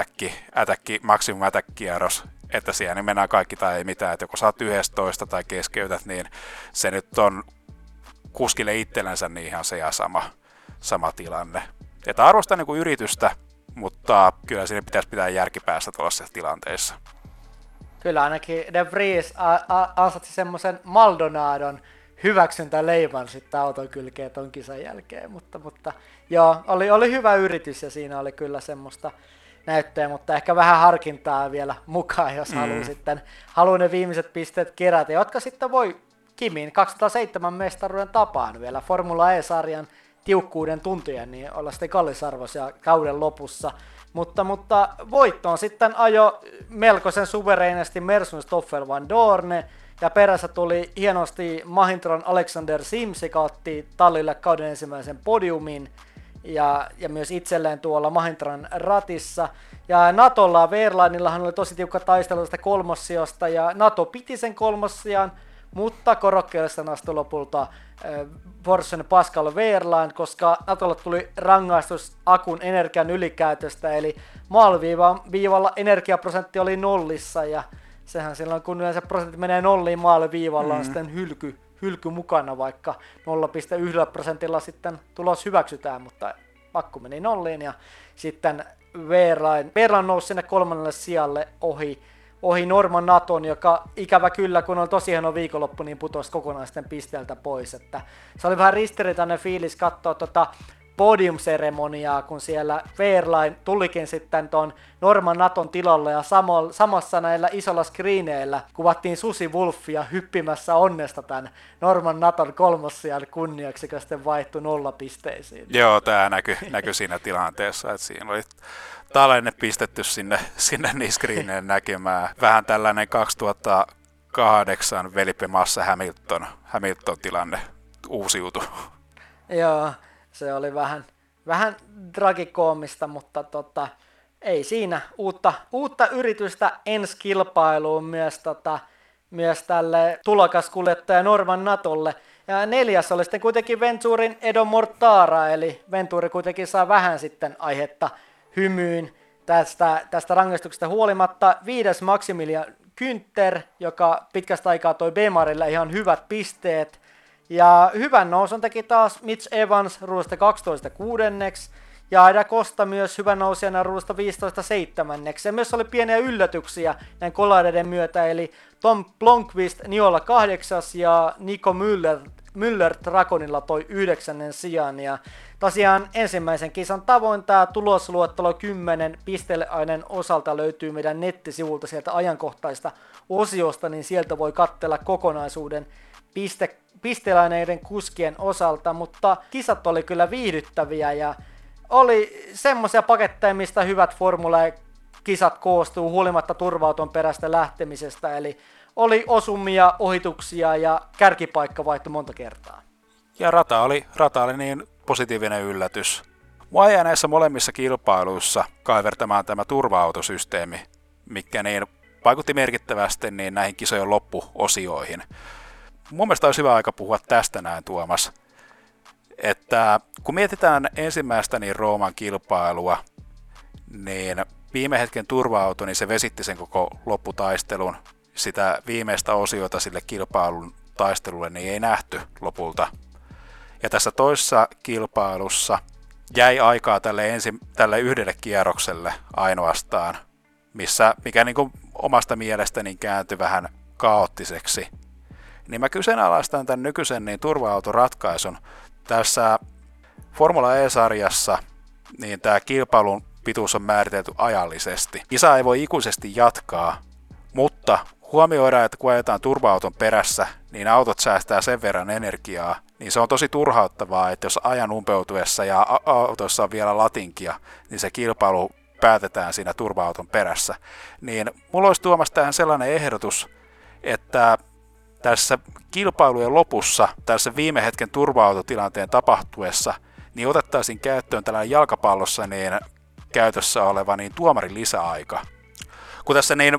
maksimum attack-kierros, että siellä niin mennään kaikki tai ei mitään, että joko saat 11 tai keskeytät, niin se nyt on kuskille itsellensä niin ihan se ja sama tilanne. Että arvostan niin kuin yritystä, mutta kyllä siinä pitäisi pitää järkipäässä tuollaisessa tilanteessa. Kyllä ainakin De Vries ansatsi semmoisen Maldonadon hyväksyntäleivan sitten auton kylkeen ton kisan jälkeen, mutta joo, oli hyvä yritys ja siinä oli kyllä semmoista näyttöä, mutta ehkä vähän harkintaa vielä mukaan, jos haluaa ne viimeiset pisteet kerätä, jotka sitten voi Kimin 2007 mestaruuden tapaan vielä Formula E-sarjan tiukkuuden tuntien, niin olla sitten kallisarvoisia kauden lopussa. Mutta voittoon sitten ajo melkoisen suvereisesti Mersun Stoffel Van Dorne, ja perässä tuli hienosti Mahindran Alexander Sims, joka otti tallille kauden ensimmäisen podiumin. ja myös itselleen tuolla Mahindran ratissa. Ja Natolla Wehrleinillahan oli tosi tiukka taistelu tästä kolmossijosta, ja Nato piti sen kolmossijan, mutta korokkeelle astui lopulta Forsen Pascal Wehrlein, koska Natolle tuli rangaistus akun energian ylikäytöstä, eli maaliviivalla energiaprosentti oli nollissa, ja sehän silloin, kun yleensä prosentti menee nolliin maaliviivalla, on sitten hylky mukana, vaikka 0,1% sitten tulos hyväksytään, mutta akku meni nolliin, ja sitten Wehrlein nousi sinne 3. sijalle ohi Norman Naton, joka ikävä kyllä, kun oli tosi hieno viikonloppu, niin putosi kokonaisten pisteeltä pois. Että se oli vähän ristiriitainen fiilis katsoa podiumseremoniaa, kun siellä Wehrlein tulikin sitten ton Norman Naton tilalle, ja samassa näillä isolla screeneillä kuvattiin Susi Wolfia hyppimässä onnesta tämän Norman Naton kolmossijan kunniaksi, joka sitten vaihtui 0 pisteisiin. Joo, tämä näkyi siinä tilanteessa, että siinä oli talenne pistetty sinne niin screeneen näkemään. Vähän tällainen 2008 Felipe Massa Hamilton tilanne uusiutui. Joo, se oli vähän tragikoomista, mutta ei siinä. Uutta yritystä ensi kilpailuun myös tälle tulokaskuljettaja Norman Natolle. Ja 4. oli sitten kuitenkin Venturin Edo Mortara, eli Venturi kuitenkin saa vähän sitten aihetta hymyyn tästä rangaistuksesta huolimatta. 5. Maximilian Günther, joka pitkästä aikaa toi B-Marille ihan hyvät pisteet. Ja hyvän nousun teki taas Mitch Evans ruudusta 12 kuudenneksi, ja Aida Costa myös hyvän nousijana ruudusta 15 seitsemänneksi. Ja myös oli pieniä yllätyksiä näin kollareiden myötä, eli Tom Blomqvist Niolla 8. ja Nico Müller Dragonilla toi 9. sijan. Ja tosiaan ensimmäisen kisan tavoin tämä tulosluettelo 10 pisteleaineen osalta löytyy meidän nettisivulta sieltä ajankohtaista osiosta, niin sieltä voi katsella kokonaisuuden pisteläineiden kuskien osalta, mutta kisat oli kyllä viihdyttäviä ja oli semmoisia paketteja, mistä hyvät Formula-kisat koostuu huolimatta turvauton perästä lähtemisestä, eli oli osumia, ohituksia ja kärkipaikka vaihtui monta kertaa. Ja rata oli niin positiivinen yllätys. Mua jäi näissä molemmissa kilpailuissa kaivertamaan tämä turva-autosysteemi, mikä niin vaikutti merkittävästi niin näihin kisojen loppuosioihin. Mun mielestä olisi hyvä aika puhua tästä näin, Tuomas. Että kun mietitään ensimmäistä niin Rooman kilpailua, niin viime hetken turva-auto, niin se vesitti sen koko lopputaistelun. Sitä viimeistä osiota sille kilpailun taistelulle niin ei nähty lopulta. Ja tässä toisessa kilpailussa jäi aikaa tälle yhdelle kierrokselle ainoastaan, mikä niin kuin omasta mielestäni kääntyi vähän kaoottiseksi. Niin mä kyseenalaistan tämän nykyisen niin turva-autoratkaisun. Tässä Formula E-sarjassa niin tämä kilpailun pituus on määritelty ajallisesti. Kisa ei voi ikuisesti jatkaa, mutta huomioidaan, että kun ajetaan turva-auton perässä, niin autot säästää sen verran energiaa, niin se on tosi turhauttavaa, että jos ajan umpeutuessa ja autossa on vielä latinkia, niin se kilpailu päätetään siinä turva-auton perässä. Niin mulla olisi Tuomas tähän sellainen ehdotus, että tässä kilpailujen lopussa, tässä viime hetken turva-autotilanteen tapahtuessa, niin otettaisiin käyttöön tällainen jalkapallossa niin käytössä oleva niin tuomarin lisäaika. Kun tässä niin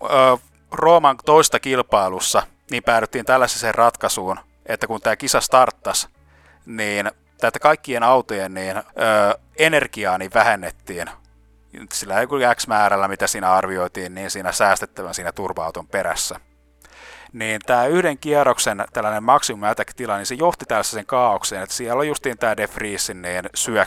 Rooman toista kilpailussa niin päädyttiin tällaiseen ratkaisuun, että kun tämä kisa starttasi, niin tätä kaikkien autojen niin, energiaa niin vähennettiin sillä joku X määrällä, mitä siinä arvioitiin, niin siinä säästettävän siinä turva-auton perässä. Niin tämä yhden kierroksen tällainen maximum attack-tila, niin se johti tällaiseen kaaukseen, että siellä on justiin tämä De Vriesin niin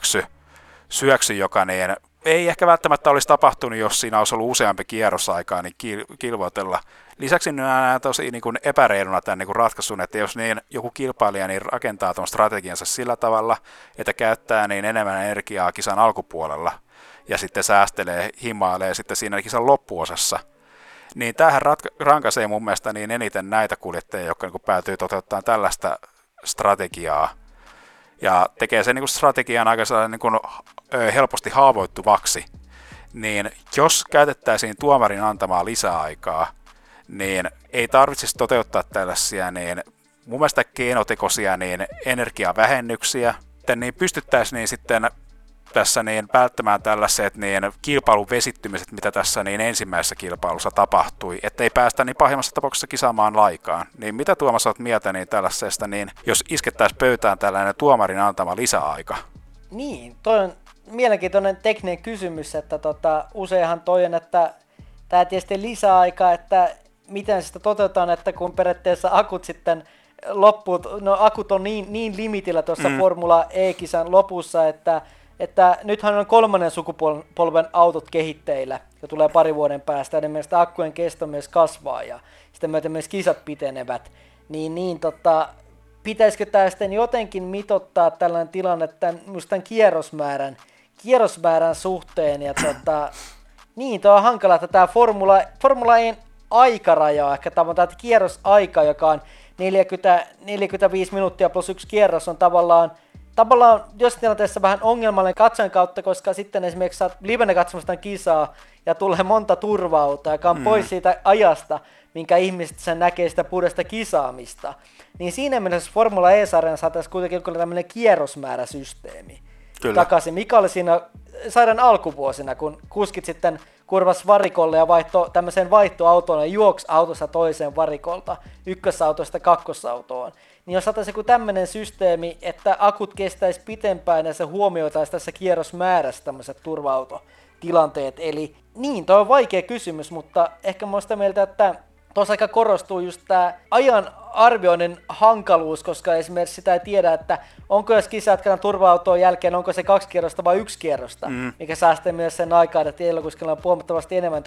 syöksy, joka niin ei ehkä välttämättä olisi tapahtunut, jos siinä olisi ollut useampi kierrosaikaa niin kilvoitella. Lisäksi näen tosi niin kuin epäreiluna tämän niin kuin ratkaisun, että jos niin joku kilpailija niin rakentaa tuon strategiansa sillä tavalla, että käyttää niin enemmän energiaa kisan alkupuolella ja sitten himmailee sitten siinä kisan loppuosassa, niin tämähän rankaisee mun mielestä niin eniten näitä kuljettajia, jotka niin päätyy toteuttamaan tällaista strategiaa. Ja tekee sen niin strategian aika niin helposti haavoittuvaksi. Niin jos käytettäisiin tuomarin antamaa lisäaikaa, niin ei tarvitsisi toteuttaa tällaisia niin mun mielestä keinotekoisia niin energiavähennyksiä, niin pystyttäisiin niin sitten tässä niin välttämään tällaiset niin kilpailun vesittymiset, mitä tässä niin ensimmäisessä kilpailussa tapahtui, ettei päästä niin pahimmassa tapauksessa kisaamaan laikaan. Niin mitä Tuomas olet mieltä niin tällaisesta, niin jos iskettäisiin pöytään tällainen tuomarin antama lisäaika? Niin, toi on mielenkiintoinen tekninen kysymys, että useinhan toi on, että tämä tietysti lisäaika, että miten sitä toteutetaan, että kun periaatteessa akut sitten loppuu, no akut on niin limitillä tuossa Formula E-kisan lopussa, että nythän on 3. sukupolven autot kehitteillä ja tulee pari vuoden päästä, ja mielestäni akkujen kesto myös kasvaa ja sitten myötä myös kisat pitenevät, pitäisikö tämä sitten jotenkin mitottaa tällainen tilanne tämän kierrosmäärän suhteen, ja niin, tuo on hankala, että tämä Formula E:n aikaraja, ehkä tämä kierrosaika, joka on 45 minuuttia plus 1 kierros, on tavallaan jos tilanteessa vähän ongelmallinen katsojan kautta, koska sitten esimerkiksi saat livenä katsomasta kisaa ja tulee monta turva-autoa, joka on pois siitä ajasta, minkä ihmiset sen näkee sitä puhdasta kisaamista. Niin siinä mielessä Formula E-sarjan saataisiin kuitenkin tämmöinen kierrosmääräsysteemi takaisin, mikä oli siinä sarjan alkuvuosina, kun kuskit sitten kurvas varikolle ja vaihtoi tämmöiseen vaihtoautoon ja juoksi autosta toiseen varikolta, ykkösautosta kakkosautoon. Niin jos saataisiin joku tämmöinen systeemi, että akut kestäisi pitempään ja se huomioitaisi tässä kierrosmäärässä tämmöiset turva-autotilanteet. Eli niin, toi on vaikea kysymys, mutta ehkä mä oon sitä mieltä, että tuossa aika korostuu just tämä ajan arvioinnin hankaluus, koska esimerkiksi sitä ei tiedä, että onko jos kisa jatketaan turva-autoon jälkeen, onko se 2 kierrosta vai 1 kierrosta, mikä säästää myös sen aikaa, että kuskilla on huomattavasti enemmän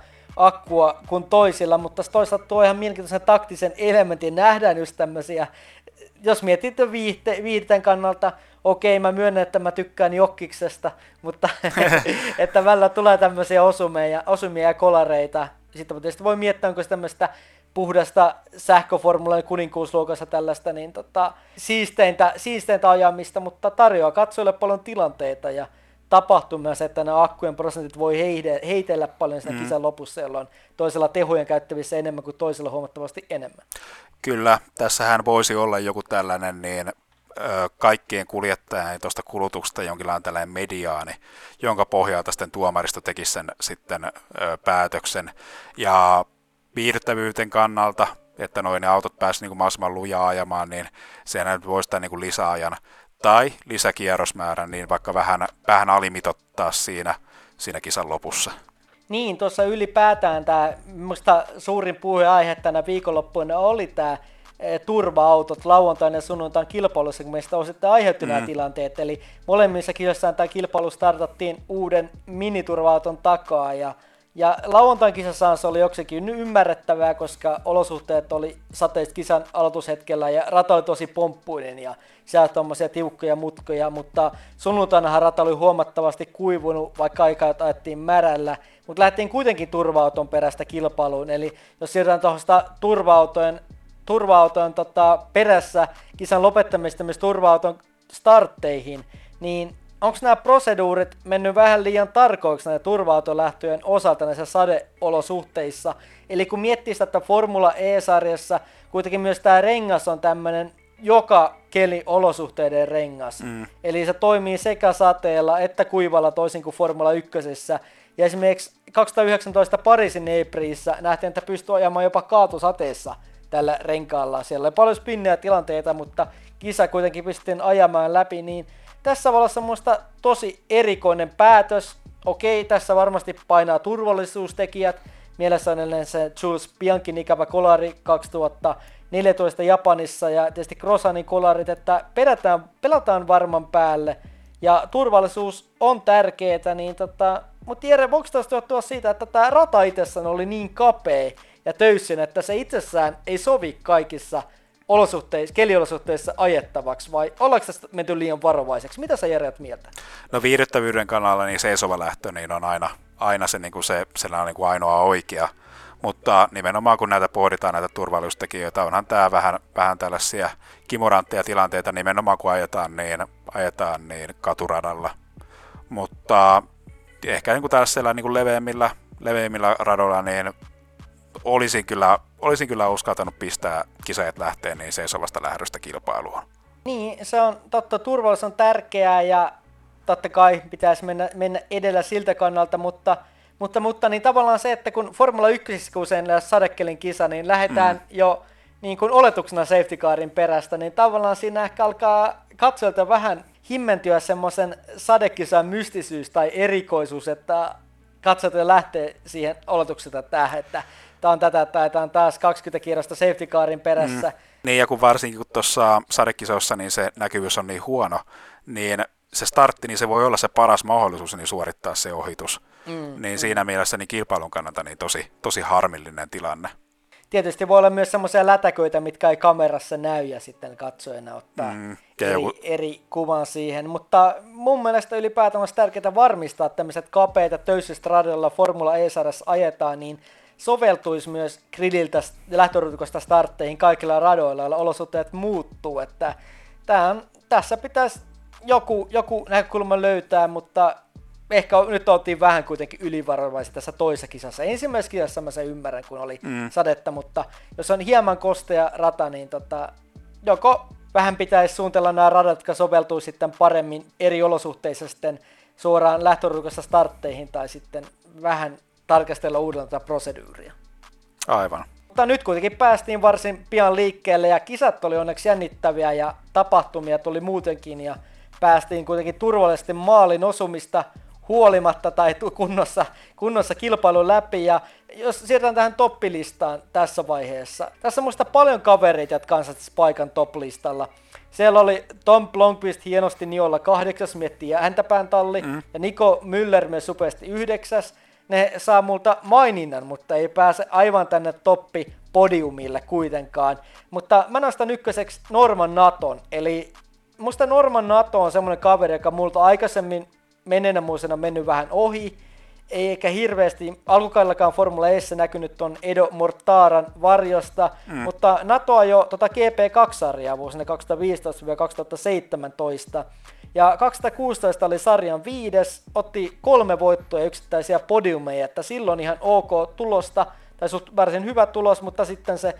akkua kuin toisilla, mutta toisaalta tuo ihan mielenkiintoisen taktisen elementin, nähdään just tämmöisiä, jos mietit viihteen kannalta, okei, mä myönnän, että mä tykkään jokkiksesta, mutta että välillä tulee tämmöisiä osumia ja kolareita. Sitten tietysti voi miettiä, onko se tämmöistä puhdasta sähköformulan kuninkuusluokassa tällaista niin siisteintä ajamista, mutta tarjoaa katsojille paljon tilanteita ja tapahtuu myös, että nämä akkujen prosentit voi heitellä paljon sen kisan lopussa, jolloin toisella tehojen käyttävissä enemmän kuin toisella huomattavasti enemmän. Kyllä, tässähän voisi olla joku tällainen niin kaikkien kuljettajien tuosta kulutuksesta jonkinlainen tällainen mediaani, jonka pohjalta sitten tuomaristo tekisi sen sitten päätöksen. Ja viihdyttävyyden kannalta, että noin ne autot pääsivät niin mahdollisimman lujaa ajamaan, niin sehän voisi tämän niin lisäajan tai lisäkierrosmäärän, niin vaikka vähän alimitottaa siinä kisan lopussa. Niin, tuossa ylipäätään minusta suurin puheenaihe tänä viikonloppuina oli tämä turva-autot lauantain ja sunnuntain kilpailussa, kun meistä on sitten aiheutti nämä tilanteet. Eli molemmissa kisoissa tämä kilpailu startattiin uuden miniturva-auton takaa. Ja lauantain kisassa se oli joksikin ymmärrettävää, koska olosuhteet oli sateista kisan aloitushetkellä ja rata oli tosi pomppuinen ja siellä tuommoisia tiukkoja mutkoja, mutta sunnuntainahan rata oli huomattavasti kuivunut, vaikka aikaa ajettiin märällä, mutta lähdettiin kuitenkin turva-auton perästä kilpailuun. Eli jos siirrytään tuosta turva-auton perässä kisan lopettamista myös turva-auton startteihin, niin onko nämä proseduurit mennyt vähän liian tarkoiksi näiden turva-auton lähtöjen osalta näissä sadeolosuhteissa? Eli kun miettii sitä, että Formula E-sarjassa kuitenkin myös tämä rengas on tämmöinen joka keliolosuhteiden rengas. Eli se toimii sekä sateella että kuivalla toisin kuin Formula 1. Ja esimerkiksi 2019 Pariisin E-Prissä nähtiin, että pystyy ajamaan jopa kaatosateessa tällä renkaalla. Siellä oli paljon spinnejä tilanteita, mutta kisa kuitenkin pystyttiin ajamaan läpi, niin tässä valossa minusta tosi erikoinen päätös. Okei, tässä varmasti painaa turvallisuustekijät. Mielessä on edelleen se Jules Bianchin ikävä kolari 2014 Japanissa ja tietysti Crossanin kolarit, että pelataan varman päälle. Ja turvallisuus on tärkeää, niin mutta Jere, voiko tästä johtua siitä, että tämä rata itsessään oli niin kapea ja töyssin, että se itsessään ei sovi kaikissa keliolosuhteissa ajettavaksi, vai ollaanko tästä menty liian varovaiseksi? Mitä sä Jere oot mieltä? No viihdyttävyyden kannalla niin seisova lähtö niin on aina se, niin kuin se sellainen niin kuin ainoa oikea, mutta nimenomaan kun näitä pohditaan näitä turvallisuustekijöitä, onhan tämä vähän tällaisia kimurantteja tilanteita nimenomaan kun ajetaan niin katuradalla, mutta ehkä niin kuin tällaisella niin kuin leveämmillä radoilla niin olisin kyllä uskaltanut pistää kisajat lähteen niin seisovasta lähdöstä kilpailuun. Niin, se on totta, turvallisuus on tärkeää ja totta kai pitäisi mennä edellä siltä kannalta, mutta niin tavallaan se, että kun Formula 1, kun usein sadekelin kisa, niin lähdetään jo niin kuin oletuksena safety carin perästä, niin tavallaan siinä ehkä alkaa katsojalta vähän himmentyä semmoisen sadekisan mystisyys tai erikoisuus, että katsojat lähtee siihen oletuksena tähän, että tämä on tätä tai tämä on taas 20 kierrosta safety carin perässä. Niin, ja kun varsinkin kun tuossa sadekisossa niin se näkyvyys on niin huono, niin se startti, niin se voi olla se paras mahdollisuus niin suorittaa se ohitus. Niin siinä mielessä niin kilpailun kannalta niin tosi harmillinen tilanne. Tietysti voi olla myös semmoisia lätäköitä, mitkä ei kamerassa näy ja sitten katsojana ottaa eri kuvan siihen. Mutta mun mielestä ylipäätään olisi tärkeää varmistaa, että tämmöiset kapeita töysistä radoilla Formula E-sarjassa ajetaan, niin soveltuisi myös grilliltä ja lähtöruutukosta startteihin kaikilla radoilla, joilla olosuhteet muuttuu. Että tässä pitäisi joku näkökulma löytää, mutta ehkä nyt oltiin vähän kuitenkin ylivarovaisia tässä toisessa kisassa. Ensimmäisessä kisassa mä sen ymmärrän, kun oli sadetta, mutta jos on hieman kostea rata, niin joko vähän pitäisi suunnitella nämä radat, jotka soveltuu sitten paremmin eri olosuhteissa sitten suoraan lähtöruudukosta startteihin, tai sitten vähän tarkastella uudelleen tätä proseduuria. Aivan. Mutta nyt kuitenkin päästiin varsin pian liikkeelle, ja kisat oli onneksi jännittäviä, ja tapahtumia tuli muutenkin, ja päästiin kuitenkin turvallisesti maalin osumista huolimatta tai kunnossa kilpailun läpi. Ja jos siirrytään tähän toppilistaan tässä vaiheessa. Tässä on muista paljon kavereita, jotka ansaitsisivat paikan top-listalla. Siellä oli Tom Blomqvist hienosti Niolla 8, miettii häntäpään talli, ja Nico Müller myös supesti 9. Ne saa multa maininnan, mutta ei pääse aivan tänne toppi-podiumille kuitenkaan. Mutta mä nostan ykköseksi Norman Naton, eli musta Norman Nato on semmoinen kaveri, joka multa aikaisemmin menenä vuosina mennyt vähän ohi, eikä hirveästi alkukaudellakaan Formula E:ssä näkynyt ton Edo Mortaran varjosta, mutta Nato ajoi GP2-sarjaa vuosina 2015-2017, ja 2016 oli sarjan 5, otti 3 voittoa ja yksittäisiä podiumeja, että silloin ihan ok tulosta, tai varsin hyvä tulos, mutta sitten se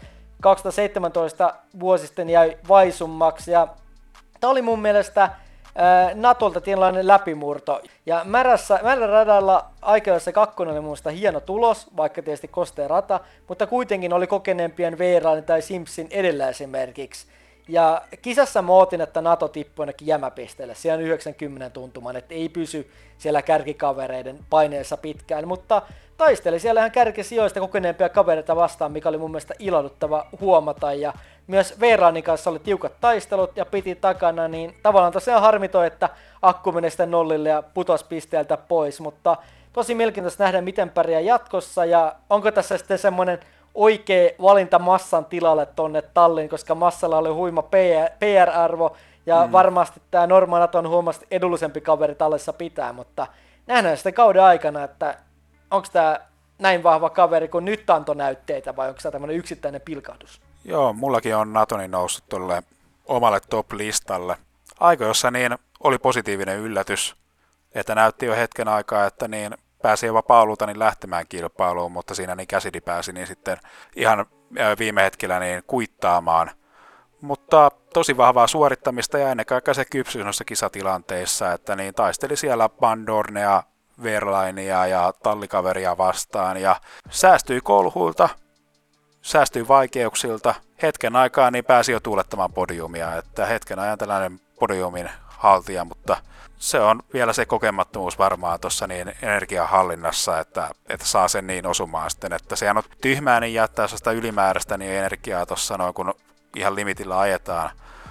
2017 vuosi sitten jäi vaisummaksi, ja tämä oli mun mielestä Natolta tietynlainen läpimurto. Ja märällä radalla aikaisessa 2 oli mun mielestä hieno tulos, vaikka tietysti kostea rata, mutta kuitenkin oli kokeneempien Veeraani tai Simpson edellä esimerkiksi. Ja kisassa mä ootin, että Nato tippui ainakin jämäpisteelle. Siellä on 90 tuntuman, että ei pysy siellä kärkikavereiden paineessa pitkään, mutta taisteli siellä ihan kärkisijoista kokeneempia kavereita vastaan, mikä oli mun mielestä ilahduttava huomata. Ja myös Veeraanin kanssa oli tiukat taistelut ja piti takana, niin tavallaan tosiaan harmitoi, että akku meni sitten nollille ja putosi pisteeltä pois, mutta tosi mielenkiintoista nähdä, miten pärjää jatkossa, ja onko tässä sitten semmoinen oikea valinta Massan tilalle tonne talliin, koska Massalla oli huima PR-arvo, ja varmasti tämä Norman Nato on huomattavasti edullisempi kaveri tallessa pitää, mutta nähdään sitten kauden aikana, että onko tämä näin vahva kaveri, kun nyt antoi näytteitä, vai onko tämä tämmöinen yksittäinen pilkahdus? Joo, mullakin on Natoni noussut tuolle omalle top-listalle. Aikoissa niin oli positiivinen yllätys, että näytti jo hetken aikaa, että niin pääsi jopa Paululta niin lähtemään kilpailuun, mutta siinä niin Cassidy pääsi niin sitten ihan viime hetkellä niin kuittaamaan. Mutta tosi vahvaa suorittamista ja ennen kaikkea se kypsyys noissa kisatilanteissa, että niin taisteli siellä Van Dornea, Verlainia ja tallikaveria vastaan ja säästyi kolhuilta, säästyi vaikeuksilta. Hetken aikaa niin pääsi jo tuulettamaan podiumia, että hetken ajan tällainen podiumin haltija, mutta se on vielä se kokemattomuus varmaan tuossa niin energiahallinnassa, että saa sen niin osumaan sitten, että sehän on tyhmää niin jättää sitä ylimääräistä niin energiaa tuossa noin, kun ihan limitillä ajetaan,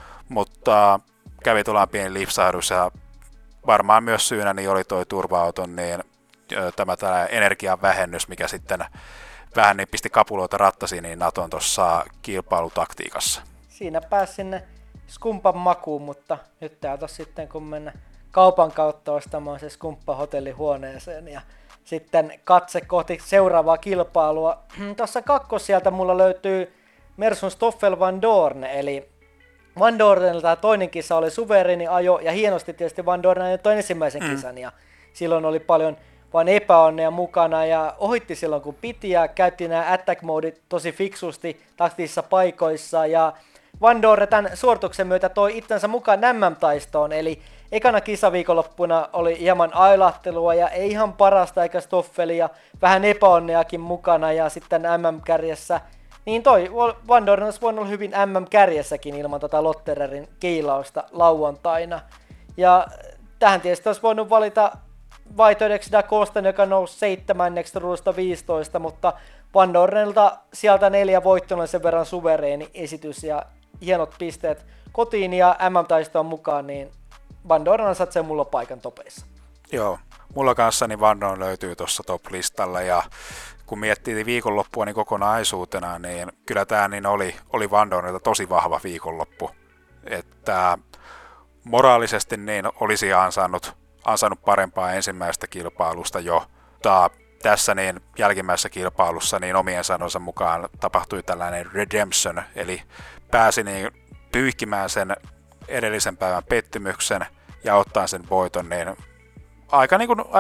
mutta kävi tuollain pieni lipsahdus ja varmaan myös syynä niin oli toi turva-auton niin tämä energian vähennys, mikä sitten vähän niin pisti kapuloita rattasiin niin Naton tuossa kilpailutaktiikassa. Siinä pääsi sinne skumpan makuun, mutta nyt täältä sitten kun mennä kaupan kautta ostamaan se skumppa hotellihuoneeseen ja sitten katse kohti seuraavaa kilpailua. Tuossa sieltä mulla löytyy Mersun Stoffel Van Dorn, eli Van Dornelta toinen kisa oli suvereeni ajo ja hienosti tietysti Van Dorn ajoi ensimmäisen kisan ja silloin oli paljon vain epäonnea mukana ja ohitti silloin kun piti ja käytti nämä attack modit tosi fiksusti taktisissa paikoissa ja Van Dorn tämän suorituksen myötä toi itsensä mukaan MM-taistoon, eli ekana kisaviikonloppuna oli hieman ailahtelua ja ei ihan parasta eikä Stoffelia, vähän epäonneakin mukana ja sitten MM-kärjessä. Niin Van Doren olisi voinut olla hyvin MM-kärjessäkin ilman Lottererin kiilausta lauantaina. Ja tähän tietysti olisi voinut valita vaihtoehdoksi Da Costan, joka nousi 7. ruudusta 15, mutta Van Dorenilta sieltä 4 voittona sen verran suvereeni esitys ja hienot pisteet kotiin ja MM-taistoon mukaan, niin Van Doren ansaitsee mulla paikan topeissa. Joo, mulla kanssani Van Doren löytyy tuossa top-listalla ja kun miettii viikonloppua niin kokonaisuutena, niin kyllä tämä niin oli Van Dorenilta tosi vahva viikonloppu. Että moraalisesti niin olisi ansainnut parempaa ensimmäistä kilpailusta jo. Tässä niin jälkimmäisessä kilpailussa niin omien sanonsa mukaan tapahtui tällainen redemption, eli pääsi niin pyyhkimään sen edellisen päivän pettymyksen ja ottaa sen voiton niin aika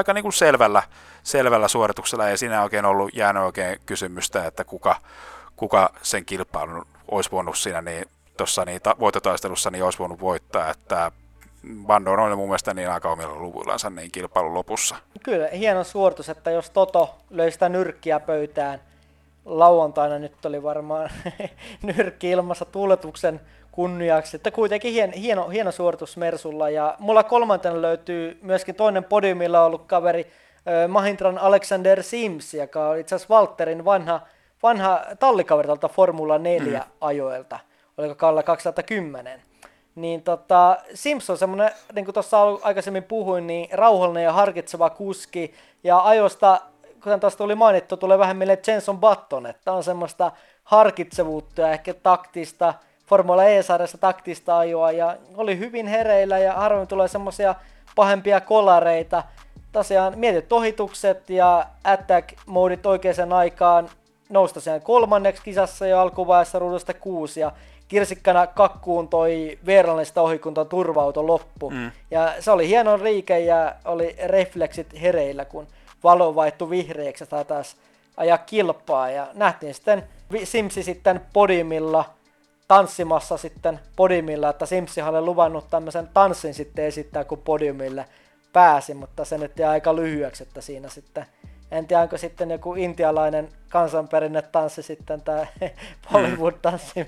selvällä suorituksella, ei siinä oikein jäänyt oikein kysymystä, että kuka sen kilpailun olisi voinut siinä niin tuossa niin voittotaistelussa niin olisi voinut voittaa, että Van Doren oli mun mielestä niin aika omilla luvuillansa niin kilpailun lopussa. Kyllä, hieno suoritus, että jos Toto löi sitä nyrkkiä pöytään lauantaina, nyt oli varmaan nyrkki ilmassa tuuletuksen kunniaksi, että kuitenkin hieno suoritus Mersulla. Ja mulla kolmantena löytyy myöskin toinen podiumilla ollut kaveri Mahindran Alexander Sims, joka on itse asiassa Valtterin vanha tallikaveri tältä Formula 4 ajoilta, oliko kaudella 2010. Niin Sims on semmoinen, niin kuin tuossa aikaisemmin puhuin, niin rauhallinen ja harkitseva kuski, ja ajosta, kuten tuossa tuli mainittu, tulee vähän meille Jenson Button, että on semmoista harkitsevuutta ja ehkä taktista, Formula E-sarjassa taktista ajoa, ja oli hyvin hereillä, ja harvoin tulee semmoisia pahempia kolareita. Tosiaan mietit ohitukset ja attack-modit oikeaan aikaan, nousi tosiaan 3. kisassa jo alkuvaiheessa ruudusta 6, ja kirsikkana kakkuun toi Verlanista ohi, kun tuo turva-auto loppu. Ja se oli hieno liike ja oli refleksit hereillä, kun valo vaihtui vihreäksi ja taas ajaa kilpaa. Ja nähtiin sitten Simsi sitten podiumilla, tanssimassa sitten podiumilla, että Simsihan oli luvannut tämmöisen tanssin sitten esittää, kun podiumille pääsi, mutta se nyt jäi aika lyhyeksi, että siinä sitten en tiedä, onko sitten joku intialainen kansanperinnetanssi sitten tämä Bollywood-tanssi,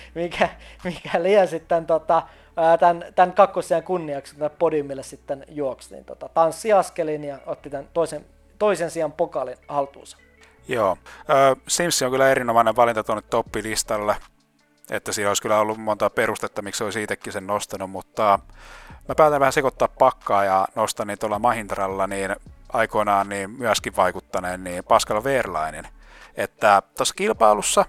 mikä liian sitten tämän kakkossijan kunniaksi podiumille sitten juoksi. Niin tanssi askelin ja otti tämän toisen sijan pokalin haltuunsa. Joo, Simsi on kyllä erinomainen valinta tuonne toppilistalle, että siinä olisi kyllä ollut monta perustetta, miksi olisi itsekin sen nostanut, mutta mä päätän vähän sekoittaa pakkaa ja nostan niin tuolla Mahindralla niin aikoinaan niin myöskin vaikuttaneen niin Pascal Wehrleinin, että tuossa kilpailussa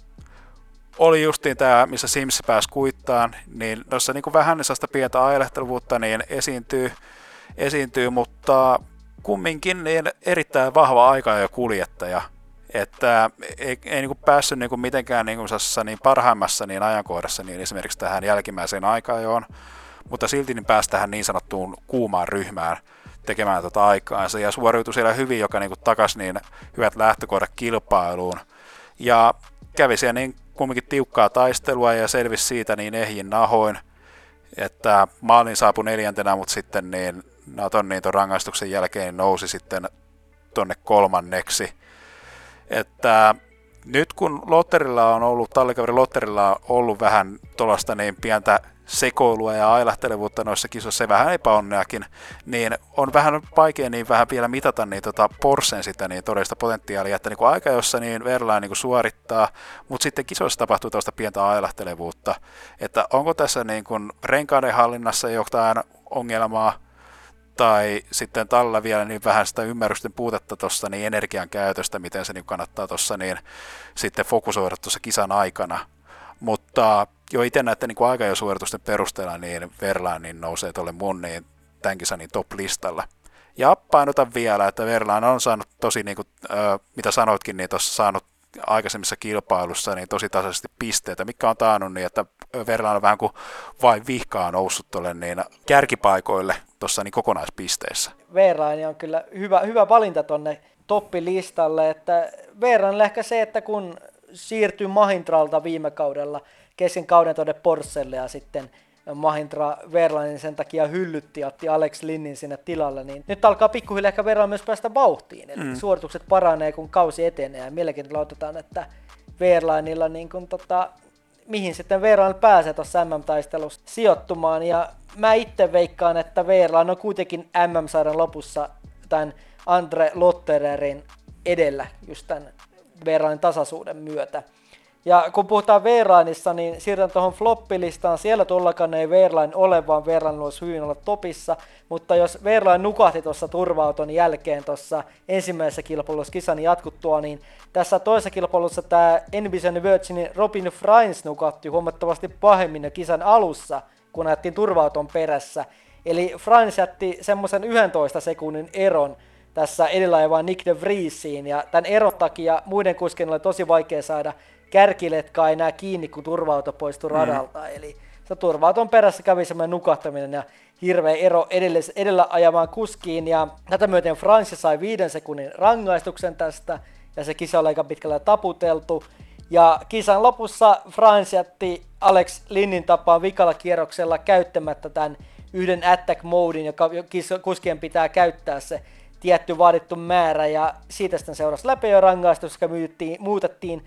oli justiin tämä, missä Sims pääsi kuittaan, niin tuossa niin vähän sellaista pientä ailehteluvuutta niin esiintyy, mutta kumminkin niin erittäin vahva aika ja kuljettaja, että ei niin päässyt niin mitenkään niin parhaimmassa niin ajankohdassa niin esimerkiksi tähän jälkimmäiseen aikajoon, mutta silti niin pääsi tähän niin sanottuun kuumaan ryhmään tekemään aikaansa ja suoriutui siellä hyvin, joka niin takasi niin hyvät lähtökohdat kilpailuun ja kävi siellä niin kumminkin tiukkaa taistelua ja selvisi siitä niin ehjin nahoin, että maalin saapui 4, mutta sitten niin ton rangaistuksen jälkeen nousi sitten tonne 3. Että nyt kun tallikaveri Lotterilla on ollut vähän tuollaista niin pientä sekoilua ja ailahtelevuutta noissa kisoissa, vähän epäonneakin, niin on vähän vaikea niin vähän vielä mitata niin Porschen sitä niin todellista potentiaalia, että niin aika jossa niin Wehrlein niin suorittaa, mutta sitten kisoissa tapahtuu tuosta pientä ailahtelevuutta, että onko tässä niin kuin renkaiden hallinnassa jotain ongelmaa, tai sitten Talla vielä niin vähän sitä ymmärrysten puutetta tuossa niin energian käytöstä, miten se niin kannattaa tuossa niin sitten fokusoida tuossa kisan aikana. Mutta jo itse näiden niin aikajosuoritusten perusteella niin Wehrlein niin nousee tuolle mun niin tämän kisan niin top-listalla. Ja painotan vielä, että Wehrlein on saanut tosi, niin kuin, mitä sanoitkin, niin tuossa saanut aikaisemmissa kilpailussa niin tosi tasaisesti pisteitä, mikä on taannut niin, että Wehrlein on vähän kuin vain vihkaa noussut tuolle niin kärkipaikoille tuossa niin kokonaispisteissä. Wehrlein on kyllä hyvä valinta tuonne toppilistalle, että Wehrlein ehkä se, että kun siirtyi Mahindralta viime kaudella kesken kauden tuonne Porschelle ja sitten Mahindra Verlainen sen takia hyllytti ja otti Alex Lynnin sinne tilalle, niin nyt alkaa pikkuhiljaa ehkä Verlainen myös päästä vauhtiin, eli suoritukset paranee kun kausi etenee ja mielenkiintoista otetaan, että Verlainilla niin kun mihin sitten Verlainen pääsee tuossa MM-taistelussa sijoittumaan ja mä itse veikkaan, että Verlainen on kuitenkin MM-sarjan lopussa tämän Andre Lottererin edellä just tämän Verlainen tasaisuuden myötä. Ja kun puhutaan Verlainissa, niin siirrytään tuohon floppilistaan. Siellä tuollakaan ei Verlaine ole, vaan Verlaine olisi hyvin olla topissa. Mutta jos Verlaine nukahti tuossa turva-auton jälkeen tuossa ensimmäisessä kilpailussa kisan jatkuttua, niin tässä toisessa kilpailussa tämä Envision Virginin Robin Frijns nukahti huomattavasti pahemmin jo kisan alussa, kun ajettiin turva-auton perässä. Eli Frijns jätti semmoisen 11 sekunnin eron tässä edellä ajavaan Nick de Vriesiin, ja tämän eron takia muiden kuskien oli tosi vaikea saada kärkiletkaa enää kiinni, kun turva-auto poistui radalta. Eli se turva-auton perässä kävi semmoinen nukahtaminen ja hirveä ero edellä ajavaan kuskiin, ja tätä myöten Frijns sai 5 sekunnin rangaistuksen tästä, ja se kisa oli aika pitkällä taputeltu. Ja kisan lopussa Frijns jätti Alex Lynnin tapaan vikalla kierroksella käyttämättä tämän yhden attack modin, joka kuskien pitää käyttää se tietty vaadittu määrä, ja siitä sitten seurasi läpiajorangaistus, joka muutettiin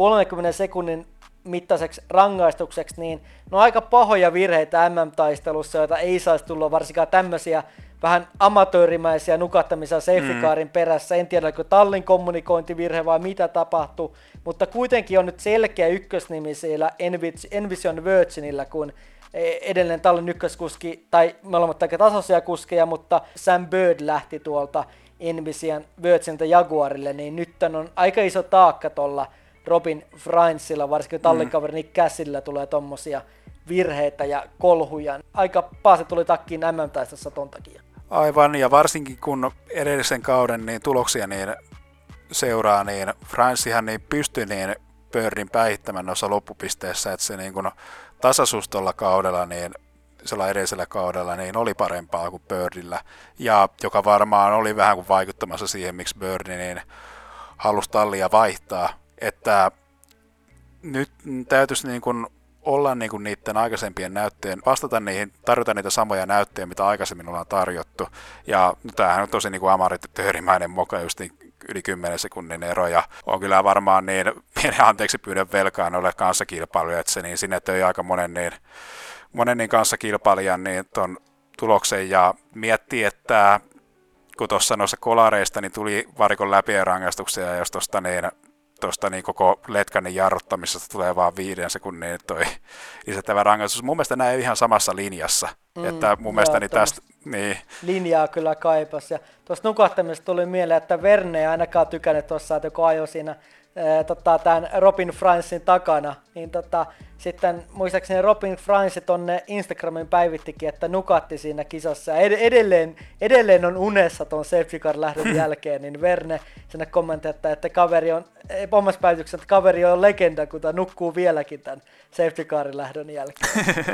30 sekunnin mittaiseksi rangaistukseksi, niin ne on aika pahoja virheitä MM-taistelussa, joita ei saisi tulla varsinkaan tämmöisiä vähän amatöörimäisiä nukahtamisia safety carin perässä. En tiedä, oliko tallin kommunikointivirhe vai mitä tapahtui, mutta kuitenkin on nyt selkeä ykkösnimi siellä Envision Virginillä, kun edellinen tallin ykköskuski, tai me olemme aika tasoisia kuskeja, mutta Sam Bird lähti tuolta Envision Virginiltä Jaguarille, niin nyt on aika iso taakka tuolla Robin Frijnsilla, varsinkin tallikaveri Nick Cassidyllä tulee tommosia virheitä ja kolhuja. Aika paase tuli takkiin MM-taistossa ton takia. Aivan, ja varsinkin kun edellisen kauden niin tuloksia niin seuraa, niin Frijnsihan niin pystyi niin Birdin päihittämään noissa loppupisteessä, että se niin kun tasaisuus tuolla kaudella, niin sillä edellisellä kaudella niin oli parempaa kuin Birdillä, ja joka varmaan oli vähän kuin vaikuttamassa siihen, miksi Bird niin halusi tallia vaihtaa, että nyt täytyisi niin kuin olla niin kuin niiden aikaisempien näyttöjen, vastata niihin, tarjota niitä samoja näyttöjä, mitä aikaisemmin ollaan tarjottu, ja tämähän on tosi niin kuin amatöörimäinen moka, just niin yli 10 sekunnin ero, ja on kyllä varmaan niin pienen anteeksi pyydän velkaan ole kanssakilpailuja, että se niin sinne töi aika monen niin kanssakilpailijan niin ton tuloksen, ja miettii, että kun tuossa noissa kolareista niin tuli varikon läpirangaistuksia, ja jos tuosta niin koko letkanin jarruttamisesta tulee vaan 5 sekunnin toi lisättävä rangaistus. Mun mielestä nämä ei ihan samassa linjassa. Että mun mielestä niin tästä niin linjaa kyllä kaipas. Ja tuosta nukahtamisesta tuli mieleen, että Verne ei ainakaan tykännyt tuossa, että kun ajoi siinä tämän Robin Frijnsin takana, niin sitten muistaakseni Robin Frijns tonne Instagramin päivittikin, että nukatti siinä kisassa. Edelleen on unessa ton safety car lähdön jälkeen, niin Verne sinne kommentoi, että kaveri on, omassa päivityksessä, että kaveri on legenda, kun tämä nukkuu vieläkin tämän safety carin lähdön jälkeen.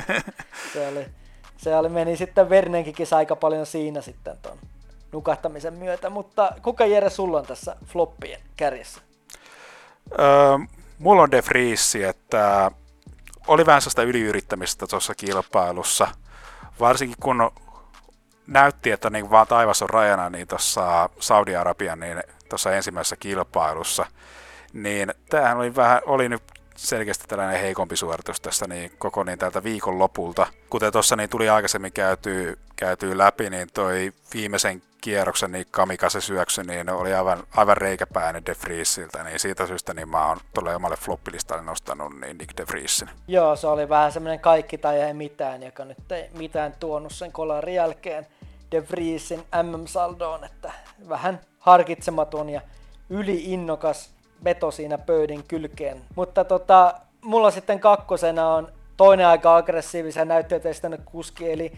Meni sitten Vernenkin kisa aika paljon siinä sitten ton nukahtamisen myötä, mutta kuka Jere sulla on tässä floppien kärjessä? Mulla on De Vries, että oli vähän sellaista yliyrittämistä tuossa kilpailussa, varsinkin kun näytti, että niin vaan taivas on rajana niin tuossa Saudi-Arabian niin tuossa ensimmäisessä kilpailussa, niin tämähän oli nyt selkeästi tällainen heikompi suoritus tässä niin koko niin tältä viikon lopulta. Kuten tuossa niin tuli aikaisemmin käytyy läpi, niin toi viimeisen kierroksen niin kamikaze-syöksy niin oli aivan reikäpäinen De Vriesiltä, niin siitä syystä niin mä oon todella omalle floppilistalle nostanut niin Nick De Vriesin. Joo, se oli vähän semmoinen kaikki tai ei mitään, joka nyt ei mitään tuonut sen kolarin jälkeen De Vriesin MM-saldoon, että vähän harkitsematon ja yliinnokas veto siinä pöydin kylkeen. Mutta mulla sitten kakkosena on toinen aika aggressiivisen näyttöteistä kuski, eli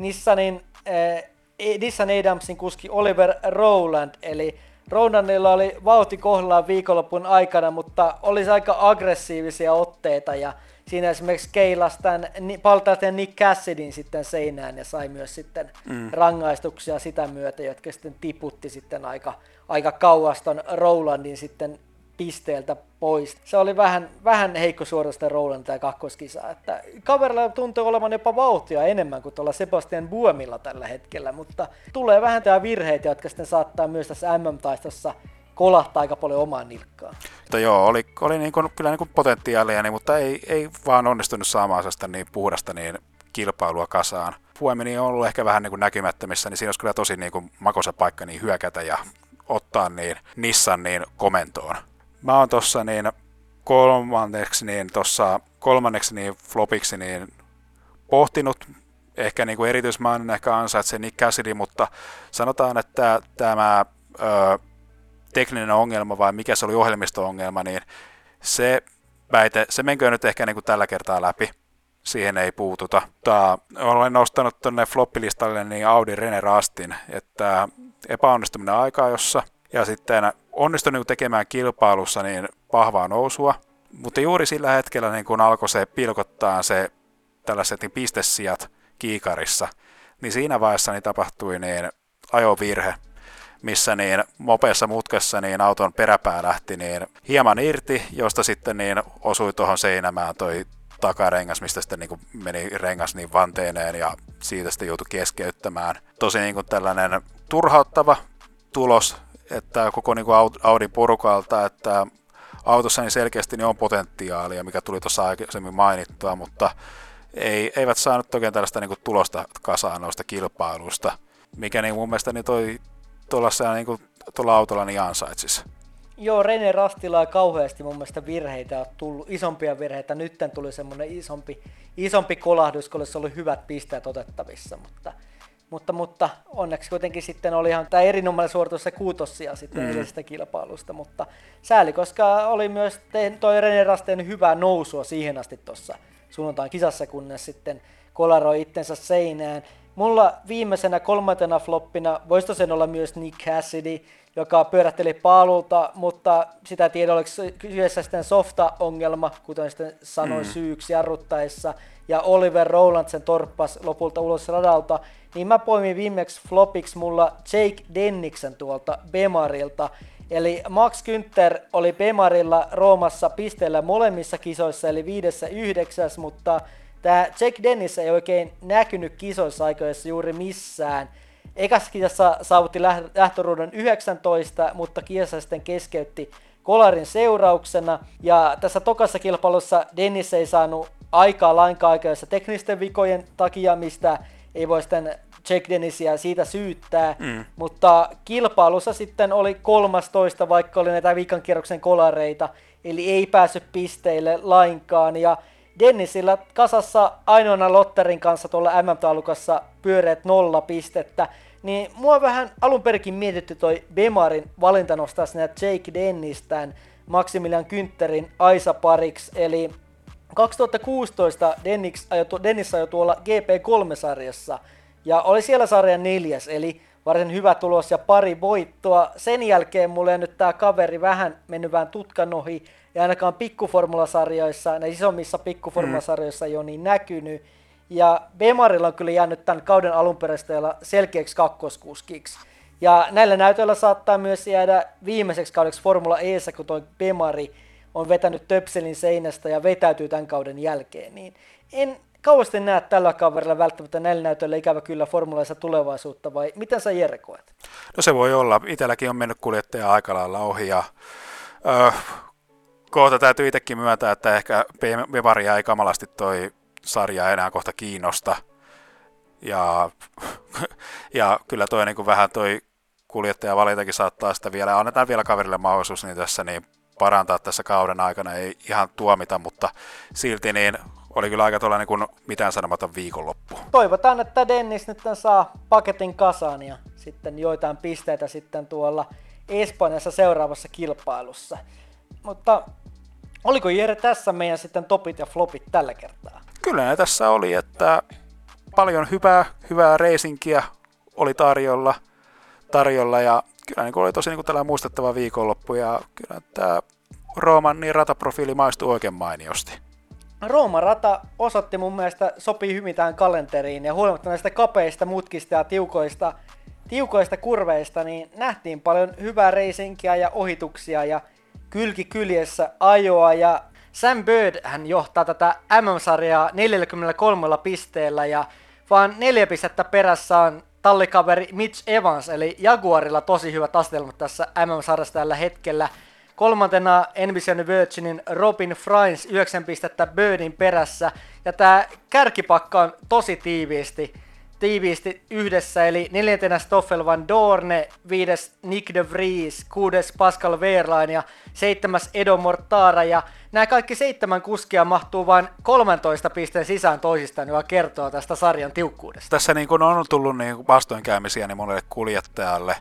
Nissan Adamsin kuski Oliver Rowland, eli Rowlandilla oli vauhti kohdallaan viikonlopun aikana, mutta olisi aika aggressiivisia otteita, ja siinä esimerkiksi keilasi tämän paltaisen Nick Cassidyn sitten seinään, ja sai myös sitten rangaistuksia sitä myötä, jotka sitten tiputti sitten aika kauas ton Rowlandin sitten pisteeltä pois. Se oli vähän heikko suorasta Rowland tämä kakkoskisa, että kaverilla tuntuu olevan jopa vauhtia enemmän kuin tuolla Sebastian Buemilla tällä hetkellä, mutta tulee vähän tää virheitä, jotka sitten saattaa myös tässä MM-taistossa kolahtaa aika paljon omaan nilkkaan. Mutta joo, oli niin kuin, kyllä niin kuin potentiaalia, niin, mutta ei vaan onnistunut saamaan sitä niin puhdasta niin kilpailua kasaan. Buemi on ollut ehkä vähän niin kuin näkymättömissä, niin siinä olisi kyllä tosi niin kuin makoisa paikka niin hyökätä ja ottaa niin Nissan niin komentoon. Mä oon tossa niin kolmanneksi niin flopiksi niin pohtinut, ehkä niin kuin erityismainen ehkä ansaitsee Nick Cassidy, mutta sanotaan, että tämä tekninen ongelma vai mikä se oli ohjelmisto-ongelma, niin se menköön nyt ehkä niin kuin tällä kertaa läpi. Siihen ei puututa. Olen nostanut tuonne floppilistalle niin Audi René Rastin, että epäonnistuminen aika-ajossa ja sitten onnistunut tekemään kilpailussa niin vahvaa nousua, mutta juuri sillä hetkellä niin kun alkoi se pilkottaa se tällaiset niin pistesijat kiikarissa, niin siinä vaiheessa niin tapahtui niin ajovirhe, missä niin mopeessa mutkassa niin auton peräpää lähti niin hieman irti, josta sitten niin osui tuohon seinämään toi takarengas, mistä sitten niin meni rengas niin vanteeneen ja siitä sitten joutui keskeyttämään. Tosi niin kuin tällainen turhauttava tulos, että koko niin kuin Audin porukalta, että autossa niin selkeästi niin on potentiaalia, mikä tuli tuossa aikaisemmin mainittua, mutta eivät saanut oikein tällaista niin kuin tulosta kasaan noista kilpailuista, mikä niin mun mielestä niin tuolla autolla niin ansaitsisi. Joo, René Rastilla on kauheasti mun mielestä virheitä on tullut, isompia virheitä. Nytten tuli semmoinen isompi kolahdus, kun olisi ollut hyvät pisteet otettavissa, mutta onneksi kuitenkin sitten oli ihan tämä erinomainen suoritus se kuutossia sitten edellisestä kilpailusta, mutta sääli, koska oli myös toi René Rastin hyvää nousua siihen asti tuossa sunnuntain kisassa, kunnes sitten kolaroi itsensä seinään. Mulla viimeisenä kolmantena floppina voisi tosiaan olla myös Nick Cassidy, joka pyörähteli paalulta, mutta sitä tiedä oliko kyseessä sitten softa-ongelma, kuten sitten sanoin syyksi jarruttaessa, ja Oliver Rowland sen torppas lopulta ulos radalta, niin mä poimin viimeksi flopiksi mulla Jake Denniksen tuolta Bemarilta, eli Max Günther oli Bemarilla Roomassa pisteellä molemmissa kisoissa, eli 5. ja 9, mutta tämä Jake Dennis ei oikein näkynyt kisoissa aikoissa juuri missään. Ekassa kisassa saavutti lähtöruudun 19, mutta kisassa sitten keskeytti kolarin seurauksena. Ja tässä tokassa kilpailussa Dennis ei saanut aikaa lainkaan aikaisessa teknisten vikojen takia, mistä ei voi sitten Jake Dennisia siitä syyttää. Mutta kilpailussa sitten oli 13, vaikka oli näitä viikan kierroksen kolareita, eli ei päässyt pisteille lainkaan. Ja Dennisillä kasassa ainoana Lotterin kanssa tuolla MM-taulukassa pyöreät 0 pistettä, niin mua vähän alun perikin mietitty toi Bemarin valinta nostaa sinne Jake Dennis tämän Maximilian Güntherin Aisa-pariksi, eli 2016 Dennis ajoi tuolla GP3-sarjassa ja oli siellä sarjan 4, eli varsin hyvä tulos ja pari voittoa. Sen jälkeen mulle on nyt tää kaveri vähän mennyt vähän tutkan ohi, ja ainakaan pikkuformulasarjoissa, näissä isommissa pikkuformulasarjoissa ei ole niin näkynyt. Ja Bemarilla on kyllä jäänyt tämän kauden alunperäistöillä selkeäksi kakkoskuskiksi. Ja näillä näytöillä saattaa myös jäädä viimeiseksi kaudeksi Formula E:ssä, kun tuo Bemari on vetänyt töpselin seinästä ja vetäytyy tämän kauden jälkeen. Niin en kauheasti näe tällä kaverilla välttämättä näillä näytöillä ikävä kyllä Formulaissa tulevaisuutta, vai miten sä Jere koet? No se voi olla. Itselläkin on mennyt kuljettaja aika lailla ohi ja kohta täytyy itsekin myöntää, että ehkä Bevaria ei kamalasti toi sarja enää kohta kiinnosta. Ja kyllä toi niin kuin vähän toi kuljettajavalintakin saattaa sitä vielä, annetaan vielä kaverille mahdollisuus niin tässä niin parantaa tässä kauden aikana, ei ihan tuomita, mutta silti niin oli kyllä aika tuolla niin kuin mitään sanomaton viikonloppu. Toivotaan, että Dennis nyt saa paketin kasaan ja sitten joitain pisteitä sitten tuolla Espanjassa seuraavassa kilpailussa. Mutta oliko Jere tässä meidän sitten topit ja flopit tällä kertaa? Kyllä ne tässä oli, että paljon hyvää racingkia oli tarjolla ja kyllä niin oli tosi niin tällainen muistettava viikonloppu ja kyllä tämä Rooman niin rataprofiili maistui oikein mainiosti. Rooman rata osoitti mun mielestä sopii hyvin tähän kalenteriin ja huolimatta näistä kapeista mutkista ja tiukoista kurveista, niin nähtiin paljon hyvää racingia ja ohituksia ja kyljessä ajoa ja Sam Bird hän johtaa tätä MM-sarjaa 43 pisteellä ja vaan 4 pistettä perässä on tallikaveri Mitch Evans, eli Jaguarilla tosi hyvät asetelmat tässä MM-sarjassa tällä hetkellä. Kolmantena Envision Virginin Robin Frines 9 pistettä Birdin perässä ja tää kärkipakka on tosi tiiviisti yhdessä, eli 4. Stoffel Van Dorne, 5. Nick de Vries, 6. Pascal Wehrlein ja 7. Edo Mortara, ja nämä kaikki 7 kuskia mahtuu vain 13 pisteen sisään toisistaan, joka kertoo tästä sarjan tiukkuudesta. Tässä niin kun on tullut niin vastoinkäymisiä niin monelle kuljettajalle,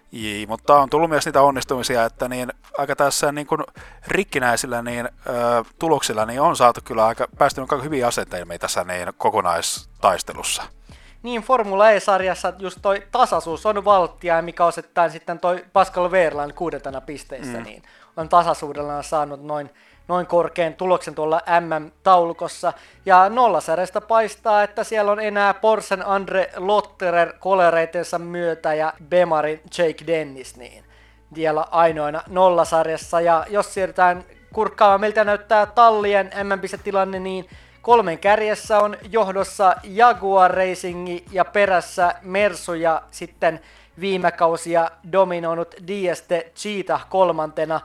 mutta on tullut myös niitä onnistumisia, että niin aika tässä niin kuin rikkinäisillä tuloksilla niin on saatu kyllä päästy aika hyviä asentelmia tässä niin kokonaistaistelussa. Niin, Formula E-sarjassa just toi tasaisuus on valttia, mikä osittain sitten toi Pascal Wehrlein 6. pisteissä, niin on tasaisuudellaan saanut noin korkean tuloksen tuolla MM-taulukossa. Ja nollasarjasta paistaa, että siellä on enää Porschen Andre Lotterer kolereitensa myötä ja Bemarin Jake Dennis niin vielä ainoina nollasarjassa. Ja jos siirrytään kurkkaamaan, miltä näyttää tallien MM-pistetilanne, niin 3 kärjessä on johdossa Jaguar Racing ja perässä Mersu ja sitten viime kausia dominoinut DST Cheetah 3.